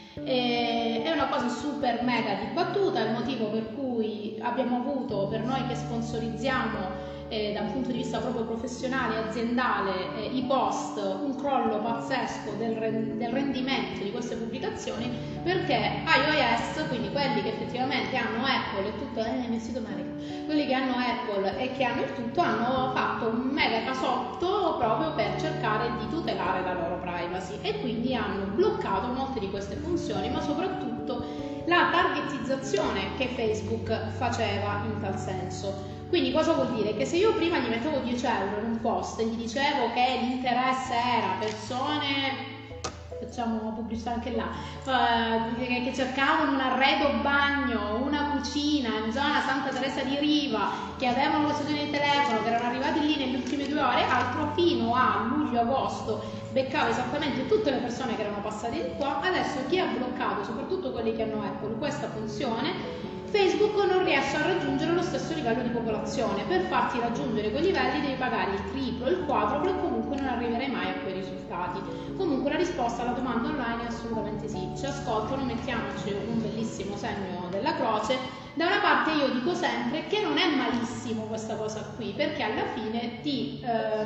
Speaker 2: È una cosa super mega dibattuta, è il motivo per cui abbiamo avuto, per noi che sponsorizziamo da un punto di vista proprio professionale e aziendale i post, un crollo pazzesco del rendimento di queste pubblicazioni, perché iOS, quindi quelli che effettivamente hanno Apple e tutto, quelli che hanno Apple e che hanno il tutto, hanno fatto un mega casotto proprio per cercare di tutelare la loro privacy e quindi hanno bloccato molte di queste funzioni, ma soprattutto la targetizzazione che Facebook faceva in tal senso. Quindi cosa vuol dire? Che se io prima gli mettevo 10 euro in un post e gli dicevo che l'interesse era persone, facciamo pubblicità anche là, che cercavano un arredo bagno, una cucina in zona Santa Teresa di Riva, che avevano lo stazione di telefono, che erano arrivati lì nelle ultime 2 ore, altro fino a luglio-agosto beccavo esattamente tutte le persone che erano passate di qua. Adesso chi ha bloccato, soprattutto quelli che hanno Apple, questa funzione, Facebook non riesce a raggiungere lo stesso livello di popolazione. Per farti raggiungere quei livelli devi pagare il triplo, il quadruplo e comunque non arriverai mai a quei risultati. Comunque la risposta alla domanda online è assolutamente sì. Ci ascoltano, mettiamoci un bellissimo segno della croce. Da una parte io dico sempre che non è malissimo questa cosa qui, perché alla fine ti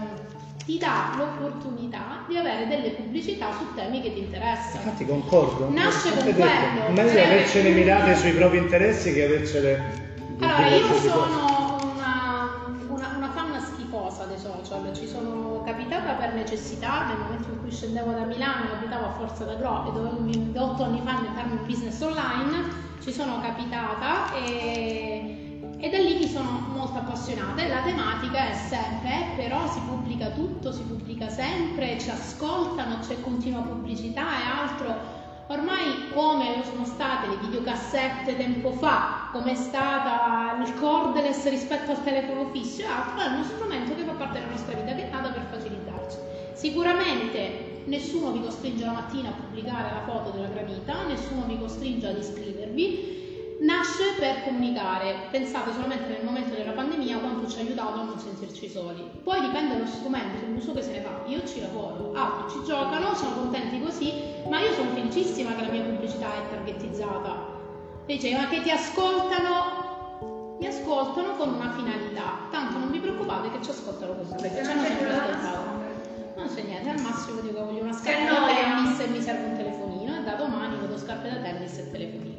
Speaker 2: dà l'opportunità di avere delle pubblicità su temi che ti interessano.
Speaker 4: Infatti concordo.
Speaker 2: Nasce con quello.
Speaker 4: Meglio avercene mirate sui propri interessi che avercene.
Speaker 2: Allora, io sono una fan schifosa dei social, ci sono capitata per necessità nel momento in cui scendevo da Milano e abitavo a Forza d'Agro e dovevo 8 anni fa inventarmi un business online, ci sono capitata e da lì mi sono molto appassionata e la tematica è sempre, però si pubblica tutto, si pubblica sempre, ci ascoltano, c'è continua pubblicità e altro. Ormai come sono state le videocassette tempo fa, come è stata il cordless rispetto al telefono fisso e altro, è uno strumento che fa parte della nostra vita, che è nato per facilitarci. Sicuramente nessuno vi costringe la mattina a pubblicare la foto della granita, nessuno vi costringe ad iscrivervi. Nasce per comunicare. Pensate solamente nel momento della pandemia quanto ci ha aiutato a non sentirci soli. Poi dipende dallo strumento, l'uso che se ne fa. Io ci lavoro, altri ci giocano, sono contenti così, ma io sono felicissima che la mia pubblicità è targetizzata. Dice, ma che ti ascoltano? Mi ascoltano con una finalità. Tanto non vi preoccupate che ci ascoltano così, perché ci hanno sempre ascoltato. Non c'è niente, al massimo dico che voglio una scarpa da tennis e mi serve un telefonino, e da domani vedo scarpe da tennis e telefonino.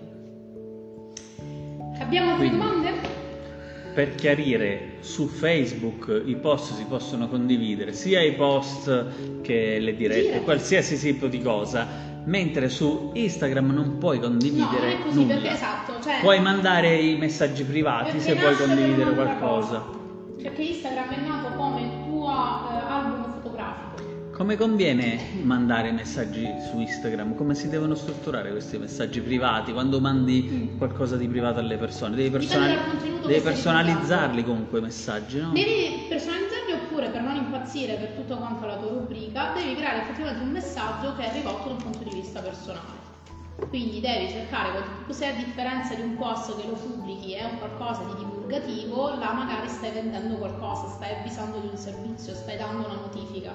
Speaker 2: Abbiamo altre domande?
Speaker 1: Per chiarire, su Facebook i post si possono condividere, sia i post che le dirette, qualsiasi tipo di cosa, mentre su Instagram non puoi condividere
Speaker 2: no, non è così,
Speaker 1: nulla.
Speaker 2: Perché esatto, cioè,
Speaker 1: puoi mandare i messaggi privati se vuoi condividere qualcosa.
Speaker 2: Perché Instagram è nato come il tuo album fotografico.
Speaker 1: Come conviene mandare messaggi su Instagram? Come si devono strutturare questi messaggi privati? Quando mandi qualcosa di privato alle persone, devi personalizzarli comunque i messaggi, no?
Speaker 2: Devi personalizzarli, oppure per non impazzire per tutta quanta la tua rubrica, devi creare effettivamente un messaggio che è rivolto da un punto di vista personale. Quindi devi cercare, se a differenza di un post che lo pubblichi è un qualcosa di divulgativo, là magari stai vendendo qualcosa, stai avvisando di un servizio, stai dando una notifica.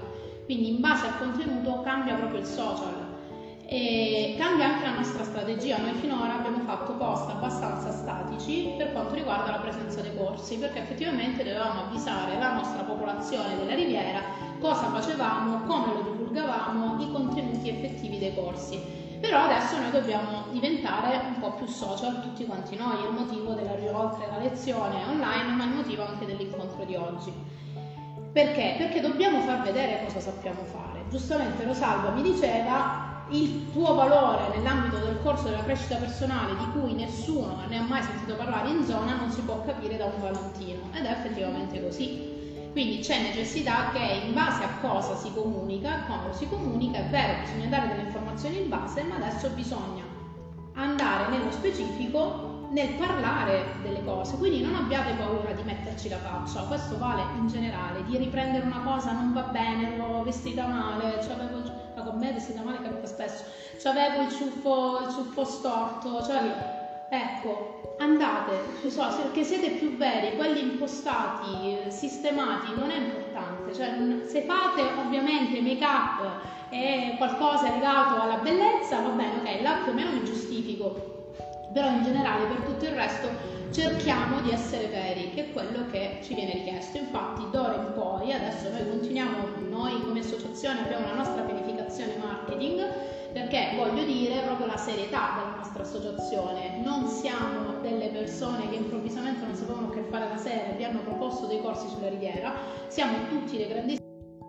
Speaker 2: Quindi in base al contenuto cambia proprio il social. E cambia anche la nostra strategia. Noi finora abbiamo fatto post abbastanza statici per quanto riguarda la presenza dei corsi, perché effettivamente dovevamo avvisare la nostra popolazione della Riviera cosa facevamo, come lo divulgavamo, i contenuti effettivi dei corsi. Però adesso noi dobbiamo diventare un po' più social tutti quanti noi, il motivo oltre alla lezione online, ma il motivo anche dell'incontro di oggi. Perché? Perché dobbiamo far vedere cosa sappiamo fare. Giustamente Rosalba mi diceva: il tuo valore nell'ambito del corso della crescita personale, di cui nessuno ne ha mai sentito parlare in zona, non si può capire da un volantino, ed è effettivamente così. Quindi c'è necessità che in base a cosa si comunica, come lo si comunica, è vero, bisogna dare delle informazioni in base, ma adesso bisogna andare nello specifico nel parlare delle cose. Quindi non abbiate paura di metterci la faccia, questo vale in generale, di riprendere una cosa non va bene, l'ho vestita male, ma con me vestita male capita spesso, c'avevo il ciuffo storto, ecco, andate sui social, perché siete più veri, quelli impostati, sistemati, non è importante. Se fate ovviamente make up e qualcosa legato alla bellezza, va bene, ok, là più o meno mi giustifico, però in generale per tutto il resto cerchiamo di essere veri, che è quello che ci viene richiesto. Infatti d'ora in poi, adesso noi come associazione abbiamo la nostra pianificazione marketing, perché voglio dire proprio la serietà della nostra associazione. Non siamo delle persone che improvvisamente non sapevano che fare la sera e vi hanno proposto dei corsi sulla Riviera, siamo tutti dei grandissimi.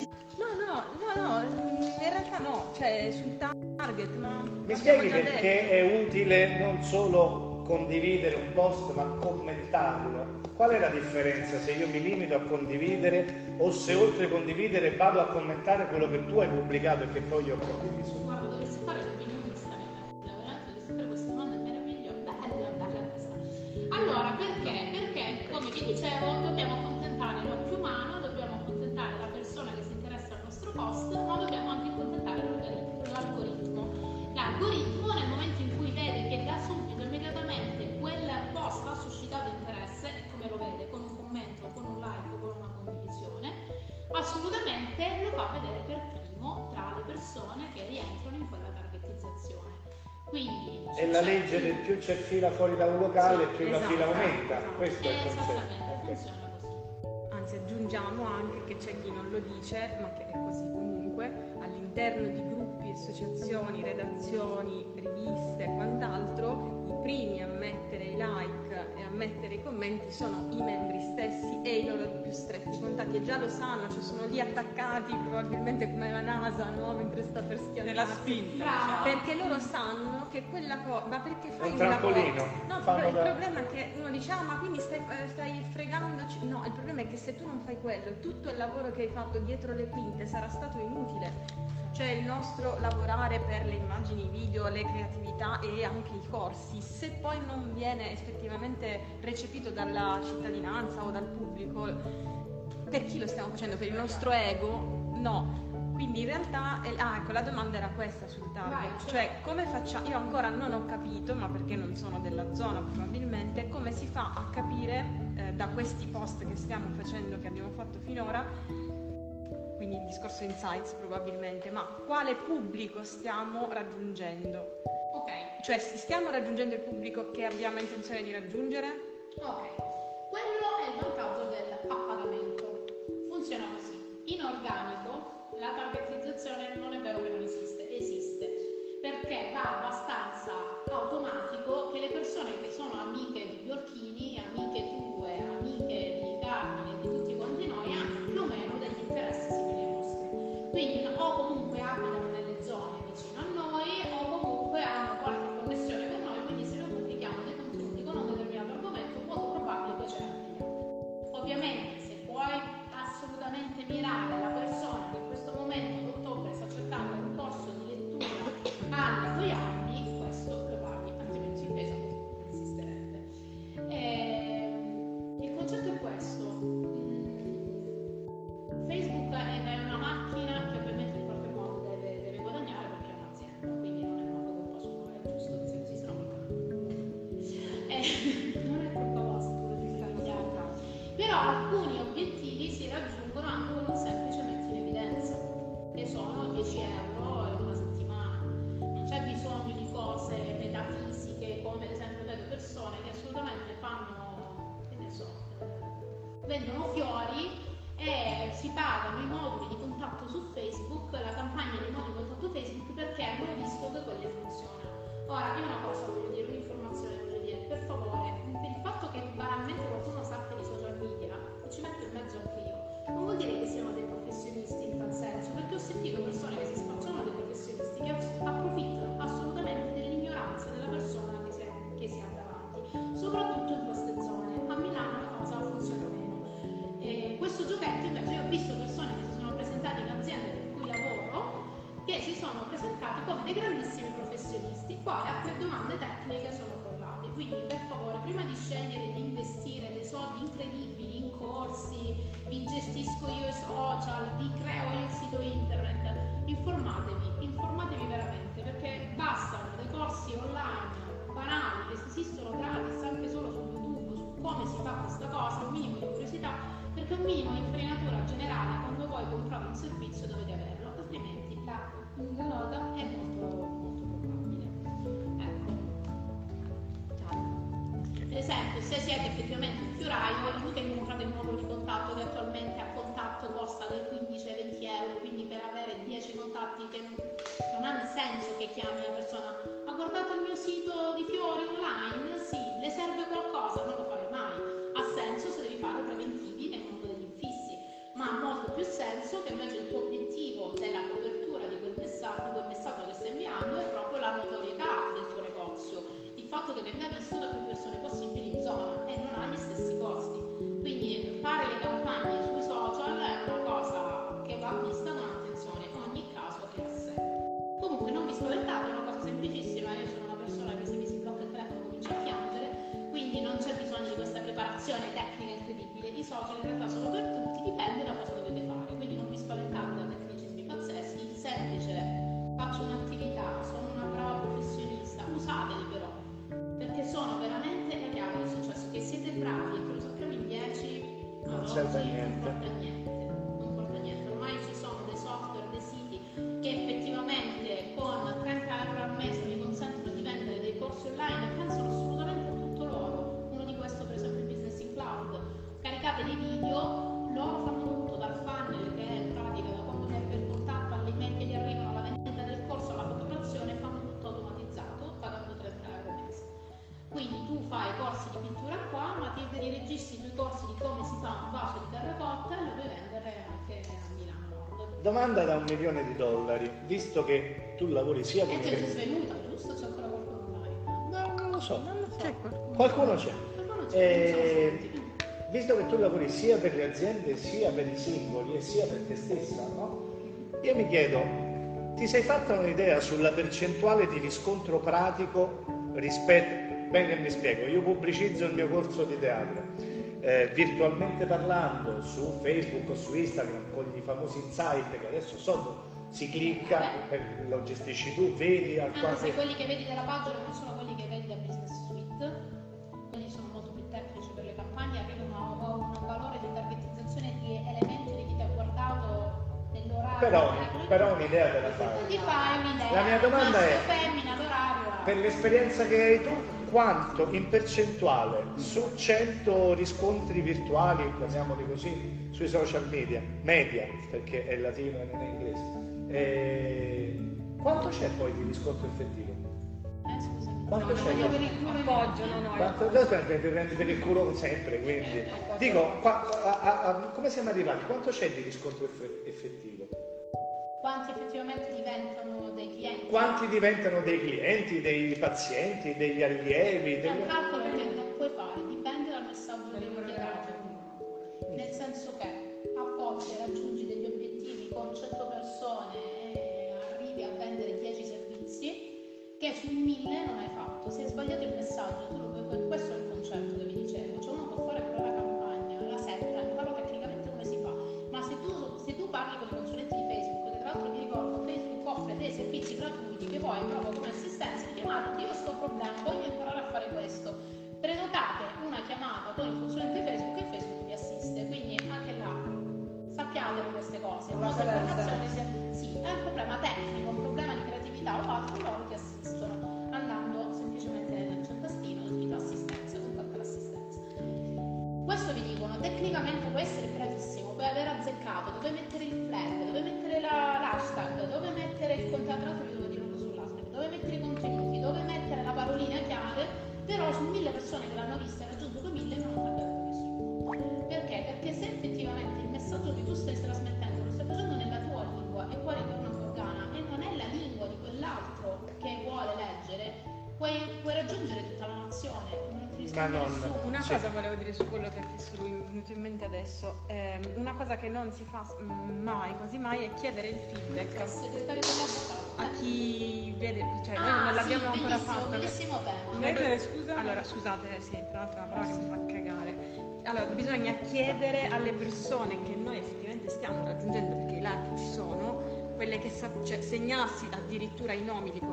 Speaker 6: No, in realtà no, cioè sul target, ma
Speaker 4: mi spieghi perché è utile non solo condividere un post ma commentarlo? Qual è la differenza se io mi limito a condividere o se oltre a condividere vado a commentare quello che tu hai pubblicato e che poi io ho condiviso?
Speaker 2: Guarda, dovresti fare l'opinionista, veramente dovresti fare queste domande meravigliose, belle questa. Allora, perché? Perché, come vi dicevo, dobbiamo accontentare l'occhio umano, dobbiamo accontentare la persona che si interessa al nostro post, ma dobbiamo anche accontentare l'algoritmo. L'algoritmo, nel momento in cui vede che da subito, immediatamente, quel post ha suscitato interesse, e come lo vede? Con un commento, con un like, con una condivisione, assolutamente lo fa vedere per primo tra le persone che rientrano in quella targetizzazione. Quindi
Speaker 4: è la legge del più c'è fila fuori da un locale,
Speaker 2: sì,
Speaker 4: più la fila aumenta. Questo è il concetto.
Speaker 2: Esattamente, funziona così.
Speaker 6: anzi aggiungiamo anche che c'è chi non lo dice, ma che è così comunque, all'interno di gruppi, associazioni, redazioni, riviste e quant'altro, i primi a mettere i like e a mettere i commenti sono i membri stessi e i loro più stretti contatti, e già lo sanno, cioè sono lì attaccati probabilmente come la NASA, no? Mentre sta per schiantare
Speaker 1: nella spinta,
Speaker 6: perché loro sanno che quella cosa, ma perché fai
Speaker 4: un
Speaker 6: un lavoro?
Speaker 4: trampolino.
Speaker 6: No, però il problema è che uno dice ma quindi stai fregandoci. No, il problema è che se tu non fai quello, tutto il lavoro che hai fatto dietro le quinte sarà stato inutile. Cioè il nostro lavorare per le immagini, i video, le creatività e anche i corsi, se poi non viene effettivamente recepito dalla cittadinanza o dal pubblico, per chi lo stiamo facendo? Per il nostro ego? No. Quindi in realtà, ecco, la domanda era questa sul target, cioè come facciamo, io ancora non ho capito, ma perché non sono della zona probabilmente, come si fa a capire da questi post che stiamo facendo, che abbiamo fatto finora, quindi il discorso insights probabilmente, ma quale pubblico stiamo raggiungendo?
Speaker 2: Ok.
Speaker 6: Cioè stiamo raggiungendo il pubblico che abbiamo intenzione di raggiungere?
Speaker 2: Ok, quello è il vantaggio del appagamento. Funziona così. In organico la targetizzazione non è vero che non esiste, esiste, perché va abbastanza automatico che le persone che sono amiche di Bjorkini, amiche tue, amiche di Carmine e di tutti quanti noi, hanno più o meno degli interessi simili ai nostri. Quindi o comunque abitano nelle zone vicino a noi o comunque hanno qualche connessione con noi, quindi se noi pubblichiamo dei contenuti con un determinato argomento, molto probabile che ce ne arriviamo. Ovviamente se puoi assolutamente mirare la persona che in questo momento ad ottobre sta cercando un corso di lettura alle 2 anni, questo lo paghi, altrimenti Facebook non esisterebbe. Il concetto è questo. Facebook è una macchina che ovviamente in qualche modo deve guadagnare perché è un'azienda, quindi non è una colpa sua, è giusto che se esiste una colpa. Non è colpa vostra, quello di però alcuni obiettivi si raggiungono anche con un semplice mettere in evidenza. vendono fiori e si pagano i moduli di contatto su Facebook, la campagna dei moduli di contatto Facebook, perché hanno visto che quelle funzionano. Ora, io una cosa voglio dire, un'informazione voglio dire, per favore, per il fatto che banalmente qualcuno sappia di social media, e ci metto in mezzo anche io, non vuol dire che siano dei professionisti in tal senso, perché ho sentito persone che si spacciano dei professionisti che approfittano assolutamente dell'ignoranza della persona che si ha davanti, soprattutto in queste zone. A Milano la cosa funziona meno. Questo giochetto invece, io ho visto persone che si sono presentate in aziende per cui lavoro, che si sono presentati come dei grandissimi professionisti, poi a 3 domande tecniche sono crollate. Quindi per favore, prima di scegliere di investire dei soldi incredibili in corsi, vi gestisco io i social, vi creo il sito internet, informatevi veramente, perché bastano dei corsi online banali che esistono gratis anche solo su YouTube su come si fa questa cosa, un minimo di curiosità, perché un minimo di infarinatura generale quando voi comprate un servizio dovete averlo, altrimenti la nota è molto probabile. Ecco. Per esempio, se siete effettivamente un fioraio, inutile che comprate il modulo di contatto che attualmente a contatto costa dai 15 ai 20 euro, quindi per avere 10 contatti che non hanno senso che chiami la persona, ha guardato il mio sito di fiori online, sì, le serve qualcosa, non lo fare mai, ha senso se devi fare preventivi nel mondo degli infissi, ma ha molto più senso che invece il tuo obiettivo della copertura di quel messaggio che stai inviando è proprio la notorietà del tuo negozio, il fatto che venga visto da più persone possibili in zona e non ha gli stessi costi. Quindi fare le campagne sui social è una cosa che va vista con attenzione, ogni caso è a sé. Comunque non vi spaventate, è una cosa semplicissima, io sono una persona che se mi si blocca il telefono comincia a piangere, quindi non c'è bisogno di questa preparazione tecnica incredibile. I social in realtà sono per tutti, dipende da cosa dovete fare, quindi non vi spaventate da tecnicismi pazzeschi, il semplice, faccio un'attività, sono una brava professionista, usateli però, perché sono veramente la chiave del successo, che siete bravi e che lo sappiamo in 10,
Speaker 4: non serve a niente.
Speaker 2: Non porta niente, ormai ci sono dei software, dei siti che effettivamente con 30 euro al mese vi consentono di vendere dei corsi online e pensano assolutamente a tutto loro. Uno di questo per esempio è Business in Cloud, caricate dei video, loro fanno tutto dal funnel che è in pratica da quando vi arriva il contatto all'email che gli arrivano alla vendita del corso alla fatturazione, fanno tutto automatizzato pagando 30 euro al mese. Quindi tu fai corsi di pittura qua, ma ti registri sui corsi di come si fa un vaso di terracotta e lo puoi vendere anche a Milano Nord.
Speaker 4: Domanda da $1 milione, visto che tu lavori sia con...
Speaker 2: E te sei svenuta, giusto? C'è ancora qualcuno online?
Speaker 4: No, non lo so.
Speaker 6: C'è qualcuno.
Speaker 4: Qualcuno c'è.
Speaker 2: Qualcuno c'è,
Speaker 4: Visto che tu lavori sia per le aziende, sia per i singoli e sia per te stessa, no? Io mi chiedo, ti sei fatta un'idea sulla percentuale di riscontro pratico rispetto... Ben che mi spiego, io pubblicizzo il mio corso di teatro, virtualmente parlando, su Facebook o su Instagram, con i famosi insight che adesso si clicca, lo gestisci tu, vedi al
Speaker 2: anche se quelli che vedi della pagina non sono quelli che vedi da Business Suite, quelli sono molto più tecnici per le campagne, arrivano a un valore di targetizzazione di elementi di chi ti ha guardato nell'orario.
Speaker 4: Però un'idea te la fai.
Speaker 2: Ti fai un'idea.
Speaker 4: La mia domanda è,
Speaker 2: femmina, l'orario.
Speaker 4: per l'esperienza che hai tu, quanto in percentuale su 100 riscontri virtuali, chiamiamoli così, sui social media, perché è latino e non è inglese, quanto c'è poi di riscontro effettivo?
Speaker 2: Scusami.
Speaker 4: Quanto c'è?
Speaker 6: Io per il culo appoggio, non ho.
Speaker 4: Quanto ti prendi per il culo sempre, quindi dico, come siamo arrivati? Quanto c'è di riscontro effettivo?
Speaker 2: Quanti effettivamente diventano dei clienti?
Speaker 4: Quanti diventano dei clienti, dei pazienti, degli allievi?
Speaker 2: È un calcolo che non puoi fare, dipende dal messaggio che devi dare. Nel senso che a volte raggiungi degli obiettivi con 100 persone e arrivi a vendere 10 servizi che su 1000 non hai fatto. Se hai sbagliato il messaggio, questo è il concetto che vi dicevo. Cioè uno può fare però la campagna, la setta, imparare tecnicamente come si fa, ma se tu parli con i consulenti di Facebook, che tra l'altro vi ricordo, Facebook offre dei servizi gratuiti che poi proprio come assistenza vi chiamate, io ho questo problema, voglio imparare a fare questo, prenotate una chiamata con il consulente Facebook e Facebook vi assiste, quindi anche là sappiate queste cose, sì, è un problema tecnico, un problema di creatività o altro, loro ti assistono andando semplicemente c'è un tastino, scritto assistenza, contatta l'assistenza. Questo vi dicono tecnicamente puoi essere bravissimo, puoi aver azzeccato dove mettere il flag, dove mettere l'hashtag, dove mettere il contatto, tra l'altro vi devo dire uno sull'hashtag, dove mettere i contenuti, dove mettere la parolina chiave, però su 1000 persone che l'hanno vista e raggiunto 2000 non ha cambiato nessuno. Perché? Perché se effettivamente il messaggio che tu stai trasmettendo lo stai facendo nella tua lingua e poi in una afghana e non è la lingua di quell'altro che vuole leggere, puoi raggiungere tutta la nazione.
Speaker 6: Una cosa volevo dire su quello che ha chiesto lui, mi è venuto in mente adesso. Una cosa che non si fa mai, quasi mai, è chiedere il feedback a chi vede, cioè noi non l'abbiamo ancora fatto.
Speaker 2: Bellissimo tema.
Speaker 6: Allora, scusate, sì, tra l'altro è una parola che mi fa cagare. Allora, bisogna chiedere alle persone che noi effettivamente stiamo raggiungendo, perché i like ci sono, quelle che cioè, segnarsi addirittura i nomi li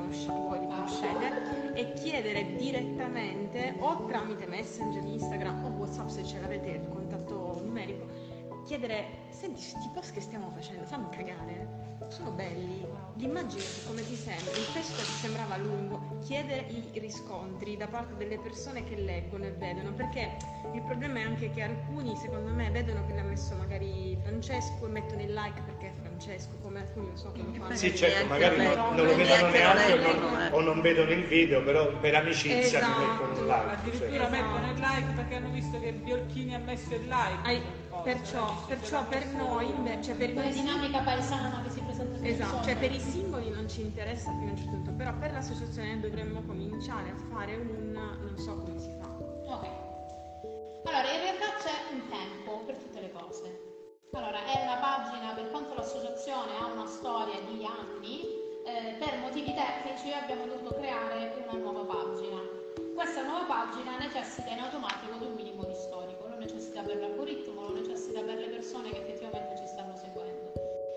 Speaker 6: conoscete e chiedere direttamente o tramite Messenger, Instagram o WhatsApp se ce l'avete il contatto numerico, chiedere: senti, questi post che stiamo facendo fanno cagare? Sono belli? L'immagine come ti sembra? Il testo ti sembrava lungo? Chiedere i riscontri da parte delle persone che leggono e vedono, perché il problema è anche che alcuni, secondo me, vedono che l'ha messo magari Francesco e mettono il like perché è Francesco, come alcuni non so come fanno.
Speaker 4: Sì, certo, magari non lo vedono neanche o non vedono il video, però per amicizia mi mettono il like.
Speaker 7: Addirittura mettono il like perché hanno visto che Biolchini ha messo il like.
Speaker 6: Perciò per noi invece, per
Speaker 2: la dinamica paesana che si presenta.
Speaker 6: Esatto, cioè per i singoli non ci interessa fino a un certo punto, però per l'associazione dovremmo cominciare a fare non so come si fa.
Speaker 2: Ok. Allora, in realtà c'è un tempo per tutte le cose. Allora, è una pagina, per quanto l'associazione ha una storia di anni, per motivi tecnici abbiamo dovuto creare una nuova pagina. Questa nuova pagina necessita in automatico di un minimo di storico, lo necessita per l'algoritmo, lo necessita per le persone che effettivamente ci stanno seguendo.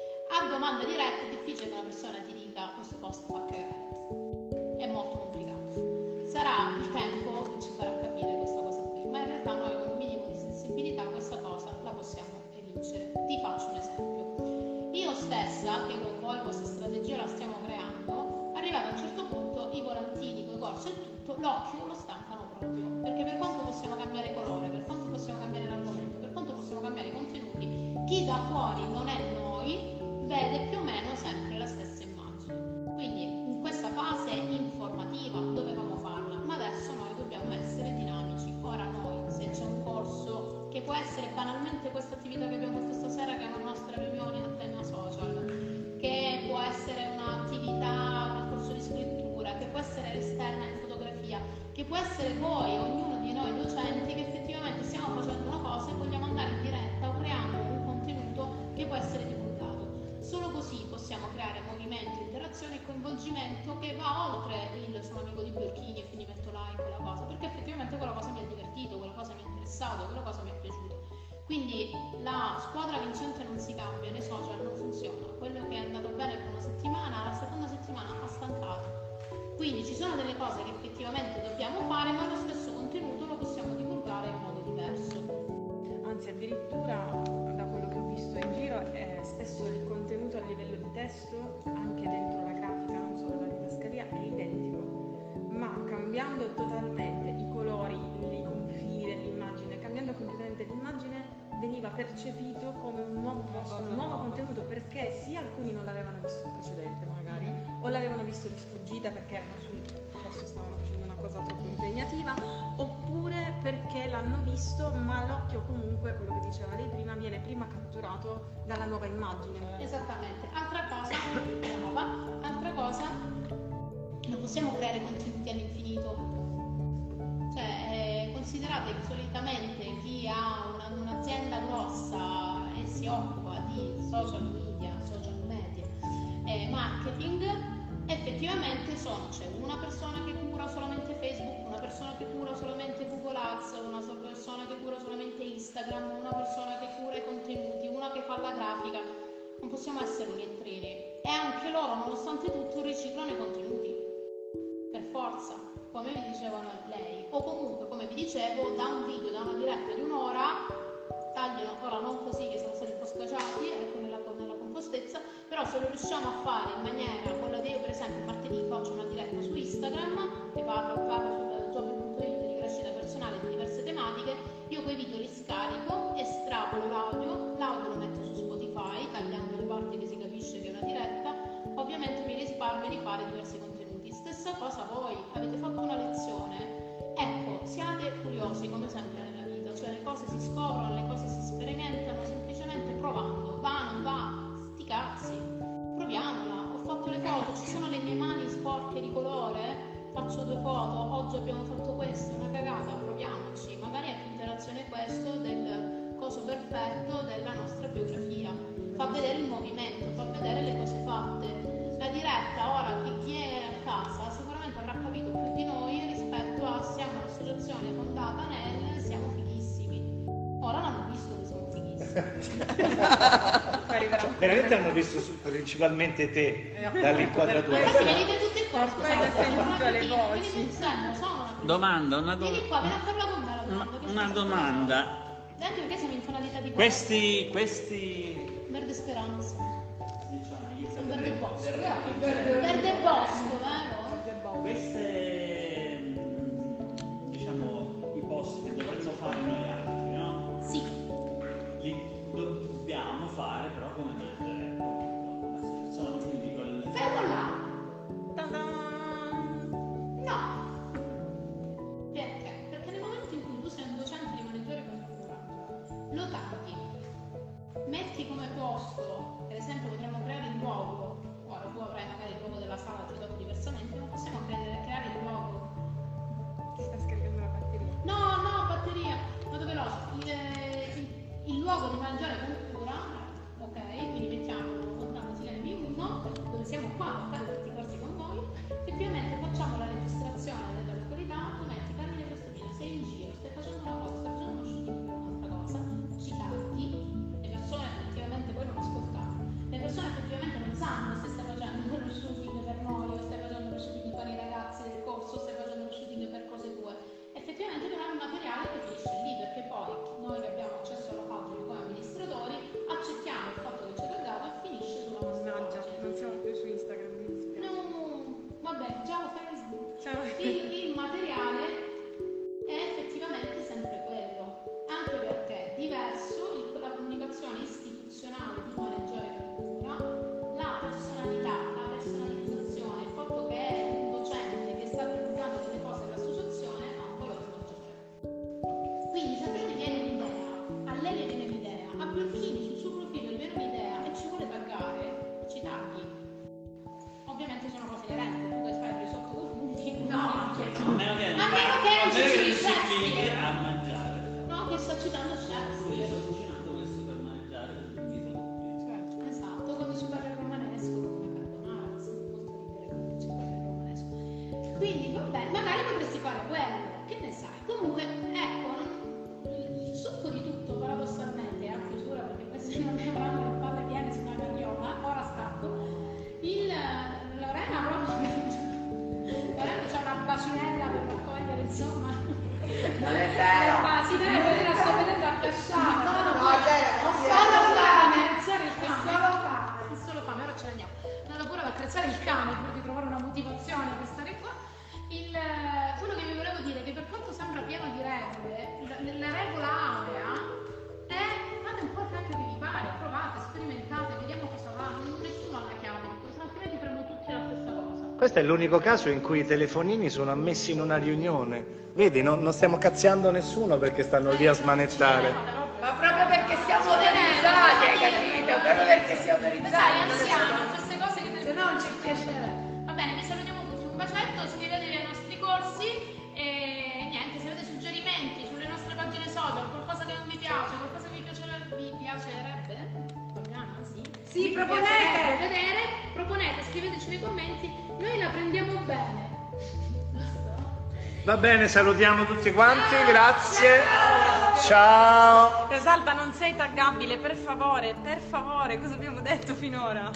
Speaker 2: A domanda diretta è difficile che una persona ti dica questo post fa cagare, è molto complicato. Sarà il tempo che ci farà capire questa cosa qui, ma in realtà noi con un minimo di sensibilità questa cosa la possiamo vincere. Ti faccio un esempio. Io stessa, che con voi questa strategia la stiamo creando, arrivata a un certo punto i volantini, coi corsi e tutto, l'occhio lo stancano proprio, perché per quanto possiamo cambiare colore, per quanto possiamo cambiare l'argomento, per quanto possiamo cambiare i contenuti, chi da fuori non è noi vede più o meno sempre la stessa immagine. Quindi in questa fase informativa dovevamo farla, ma adesso noi dobbiamo essere dinamici. Ora noi, se c'è un corso che può essere banalmente questa attività che abbiamo fatto stasera, che è una nostra riunione in Ateneo Social, che può essere un'attività, un corso di scrittura, che può essere l'esterna in fotografia, che può essere voi, ognuno di noi docenti, che effettivamente stiamo facendo una cosa e vogliamo andare in diretta o creando un contenuto che può essere divulgato. Solo così possiamo creare movimento, interazione e coinvolgimento che va oltre il sono amico di Biolchini e quindi metto like quella cosa, perché effettivamente quella cosa mi ha divertito, quella cosa mi ha interessato, quella cosa mi è piaciuta. Quindi la squadra vincente non si cambia, nei social non funziona. Quello che è andato bene per una settimana, la seconda settimana ha stancato. Quindi ci sono delle cose che effettivamente dobbiamo fare, ma lo stesso contenuto lo possiamo divulgare in modo diverso.
Speaker 6: Anzi, addirittura da quello che ho visto in giro, spesso il contenuto a livello di testo, anche dentro la grafica, non solo la didascalia, è identico, ma cambiando totalmente i colori, i confini dell'immagine, cambiando completamente l'immagine, veniva percepito come un nuovo posto, un nuovo contenuto, perché sia alcuni non l'avevano visto il precedente magari, o l'avevano visto di sfuggita perché forse stavano facendo una cosa troppo impegnativa, oppure perché l'hanno visto, ma l'occhio comunque, quello che diceva lei prima, viene prima catturato dalla nuova immagine.
Speaker 2: Esattamente. Altra cosa, non possiamo creare contenuti all'infinito. Cioè, considerate che solitamente chi ha un'azienda grossa e si occupa di social media e marketing, effettivamente c'è una persona che cura solamente Facebook, una persona che cura solamente Google Ads, una persona che cura solamente Instagram, una persona che cura i contenuti, una che fa la grafica. Non possiamo essere rientrini. E anche loro, nonostante tutto, riciclano i contenuti. Per forza, come vi dicevano lei. O comunque, come vi dicevo, da un video, da una diretta di un'ora, tagliano, ora non così che siamo stati un po' schiacciati, ecco, nella compostezza, però se lo riusciamo a fare in maniera, quella che io per esempio martedì faccio una diretta su Instagram, che parlo sul job.it di crescita personale di diverse tematiche, io quei video li scarico e questo del coso perfetto della nostra biografia, fa vedere il movimento, fa vedere le cose fatte. La diretta ora chi è a casa sicuramente avrà capito più di noi rispetto a siamo un'associazione fondata nel siamo fighissimi. Ora l'hanno visto che siamo fighissimi.
Speaker 4: Veramente hanno visto principalmente te dall'inquadratura.
Speaker 2: Venite tutti qua,
Speaker 6: le voci.
Speaker 1: Domanda,
Speaker 2: vieni qua, vieni a farla con me la domanda.
Speaker 1: una domanda.
Speaker 2: Anche perché siamo in tonalità di
Speaker 1: Questi
Speaker 2: verde speranza. Verde bosco. Verde bosco, vero?
Speaker 1: queste diciamo i post che dovremmo fare noi altri, no?
Speaker 2: Sì.
Speaker 1: Li dobbiamo fare però come managere. Sono quindi col
Speaker 2: Fermo là. No. Perché? Perché nel momento in cui tu sei un docente di maneggiare cultura, lo tagli, metti come posto, per esempio potremmo creare il luogo, ora tu avrai magari il luogo della sala, ti dopo diversamente, ma possiamo creare il luogo.
Speaker 6: Ti sta scaricando la batteria.
Speaker 2: No, batteria, vado veloce. Il luogo di mangiare cultura, ok? Quindi mettiamo lontano Silene B1, dove siamo qua a fare questi corsi con voi, effettivamente facciamo la registrazione della località, tu metti Carmine Crostopino, sei in giro, stai facendo una cosa, stai facendo uno shooting per un'altra cosa, ci catti, le persone effettivamente poi non ascoltano, le persone effettivamente non sanno se stai facendo lo shooting per noi o stai facendo lo shooting per i ragazzi del corso o stai facendo lo shooting per cose tue. Effettivamente però è un materiale che finisce lì, perché poi noi che abbiamo accesso alla pagina come amministratori accettiamo il fatto che ci è dato e finisce sulla nostra pagina.
Speaker 6: Non siamo più su Instagram, mi dispiace.
Speaker 2: No, vabbè, ciao Facebook.
Speaker 6: Ciao.
Speaker 2: Il materiale è effettivamente sempre quello, anche perché è diverso la comunicazione istituzionale di maneggiare cultura, la personalità, la personalizzazione, il fatto che è un docente che sta divulgando delle cose dell'associazione, no, poi lo svolgere. Quindi se a te ti viene un'idea, a lei le viene un'idea, a Biolchini sul suo profilo gli viene un'idea e ci vuole taggare, ci tagli. Ovviamente sono cose inerenti, tu che fai per sotto punti. No,
Speaker 1: a meno che
Speaker 2: non ci si
Speaker 1: si a mangiare.
Speaker 2: no, che sto citando chef.
Speaker 1: Io sto cucinando questo per mangiare, per invito tutti.
Speaker 2: Esatto, come super romanesco, come carbonara, questo è molto libero come super romanesco. Quindi vabbè, magari potresti fare quello, che ne sai? Comunque, ecco, il succo di tutto paradossalmente è a chiusura, perché queste non mi avranno le palle piene sulla carriola, ora stacco. Lorena proprio Lorena c'ha una bacinella per raccogliere, insomma.
Speaker 8: Non è vero.
Speaker 2: Si deve vedere, sto vedendo a casciare. Solo fame, ora ce l'andiamo. Vado pure ad attrezzare il cane pur di trovare una motivazione per stare qua. Quello che vi volevo dire è che per quanto sembra pieno di regole, la regola aurea è fate un po' il cacchio che vi pare, provate, sperimentate, vediamo cosa va. Nessuno ha la chiave, perché altrimenti prendono tutti la stessa cosa.
Speaker 4: Questo è l'unico caso in cui i telefonini sono ammessi in una riunione. Vedi, non stiamo cazziando nessuno perché stanno lì a smanettare.
Speaker 8: Ma proprio perché siamo organizzati, hai capito? Proprio perché siamo
Speaker 2: Sai,
Speaker 8: organizzati.
Speaker 2: anziano, queste cose che se no non ci piacerebbe. Va bene, vi salutiamo tutti, un bacetto, iscrivetevi ai nostri corsi e niente, se avete suggerimenti sulle nostre pagine social, qualcosa che non vi piace, qualcosa che vi piacerebbe, proviamo, sì.
Speaker 8: Sì, proponete.
Speaker 2: Vedere, proponete, scriveteci nei commenti, noi la prendiamo bene.
Speaker 4: Va bene, salutiamo tutti quanti, grazie. Ciao.
Speaker 6: Rosalba, non sei taggabile, per favore, cosa abbiamo detto finora?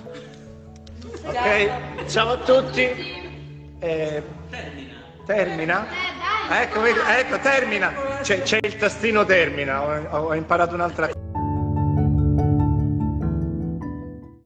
Speaker 4: Ok, ciao a tutti. Termina?
Speaker 2: Dai.
Speaker 4: Ecco, termina. C'è il tastino termina, ho imparato un'altra cosa.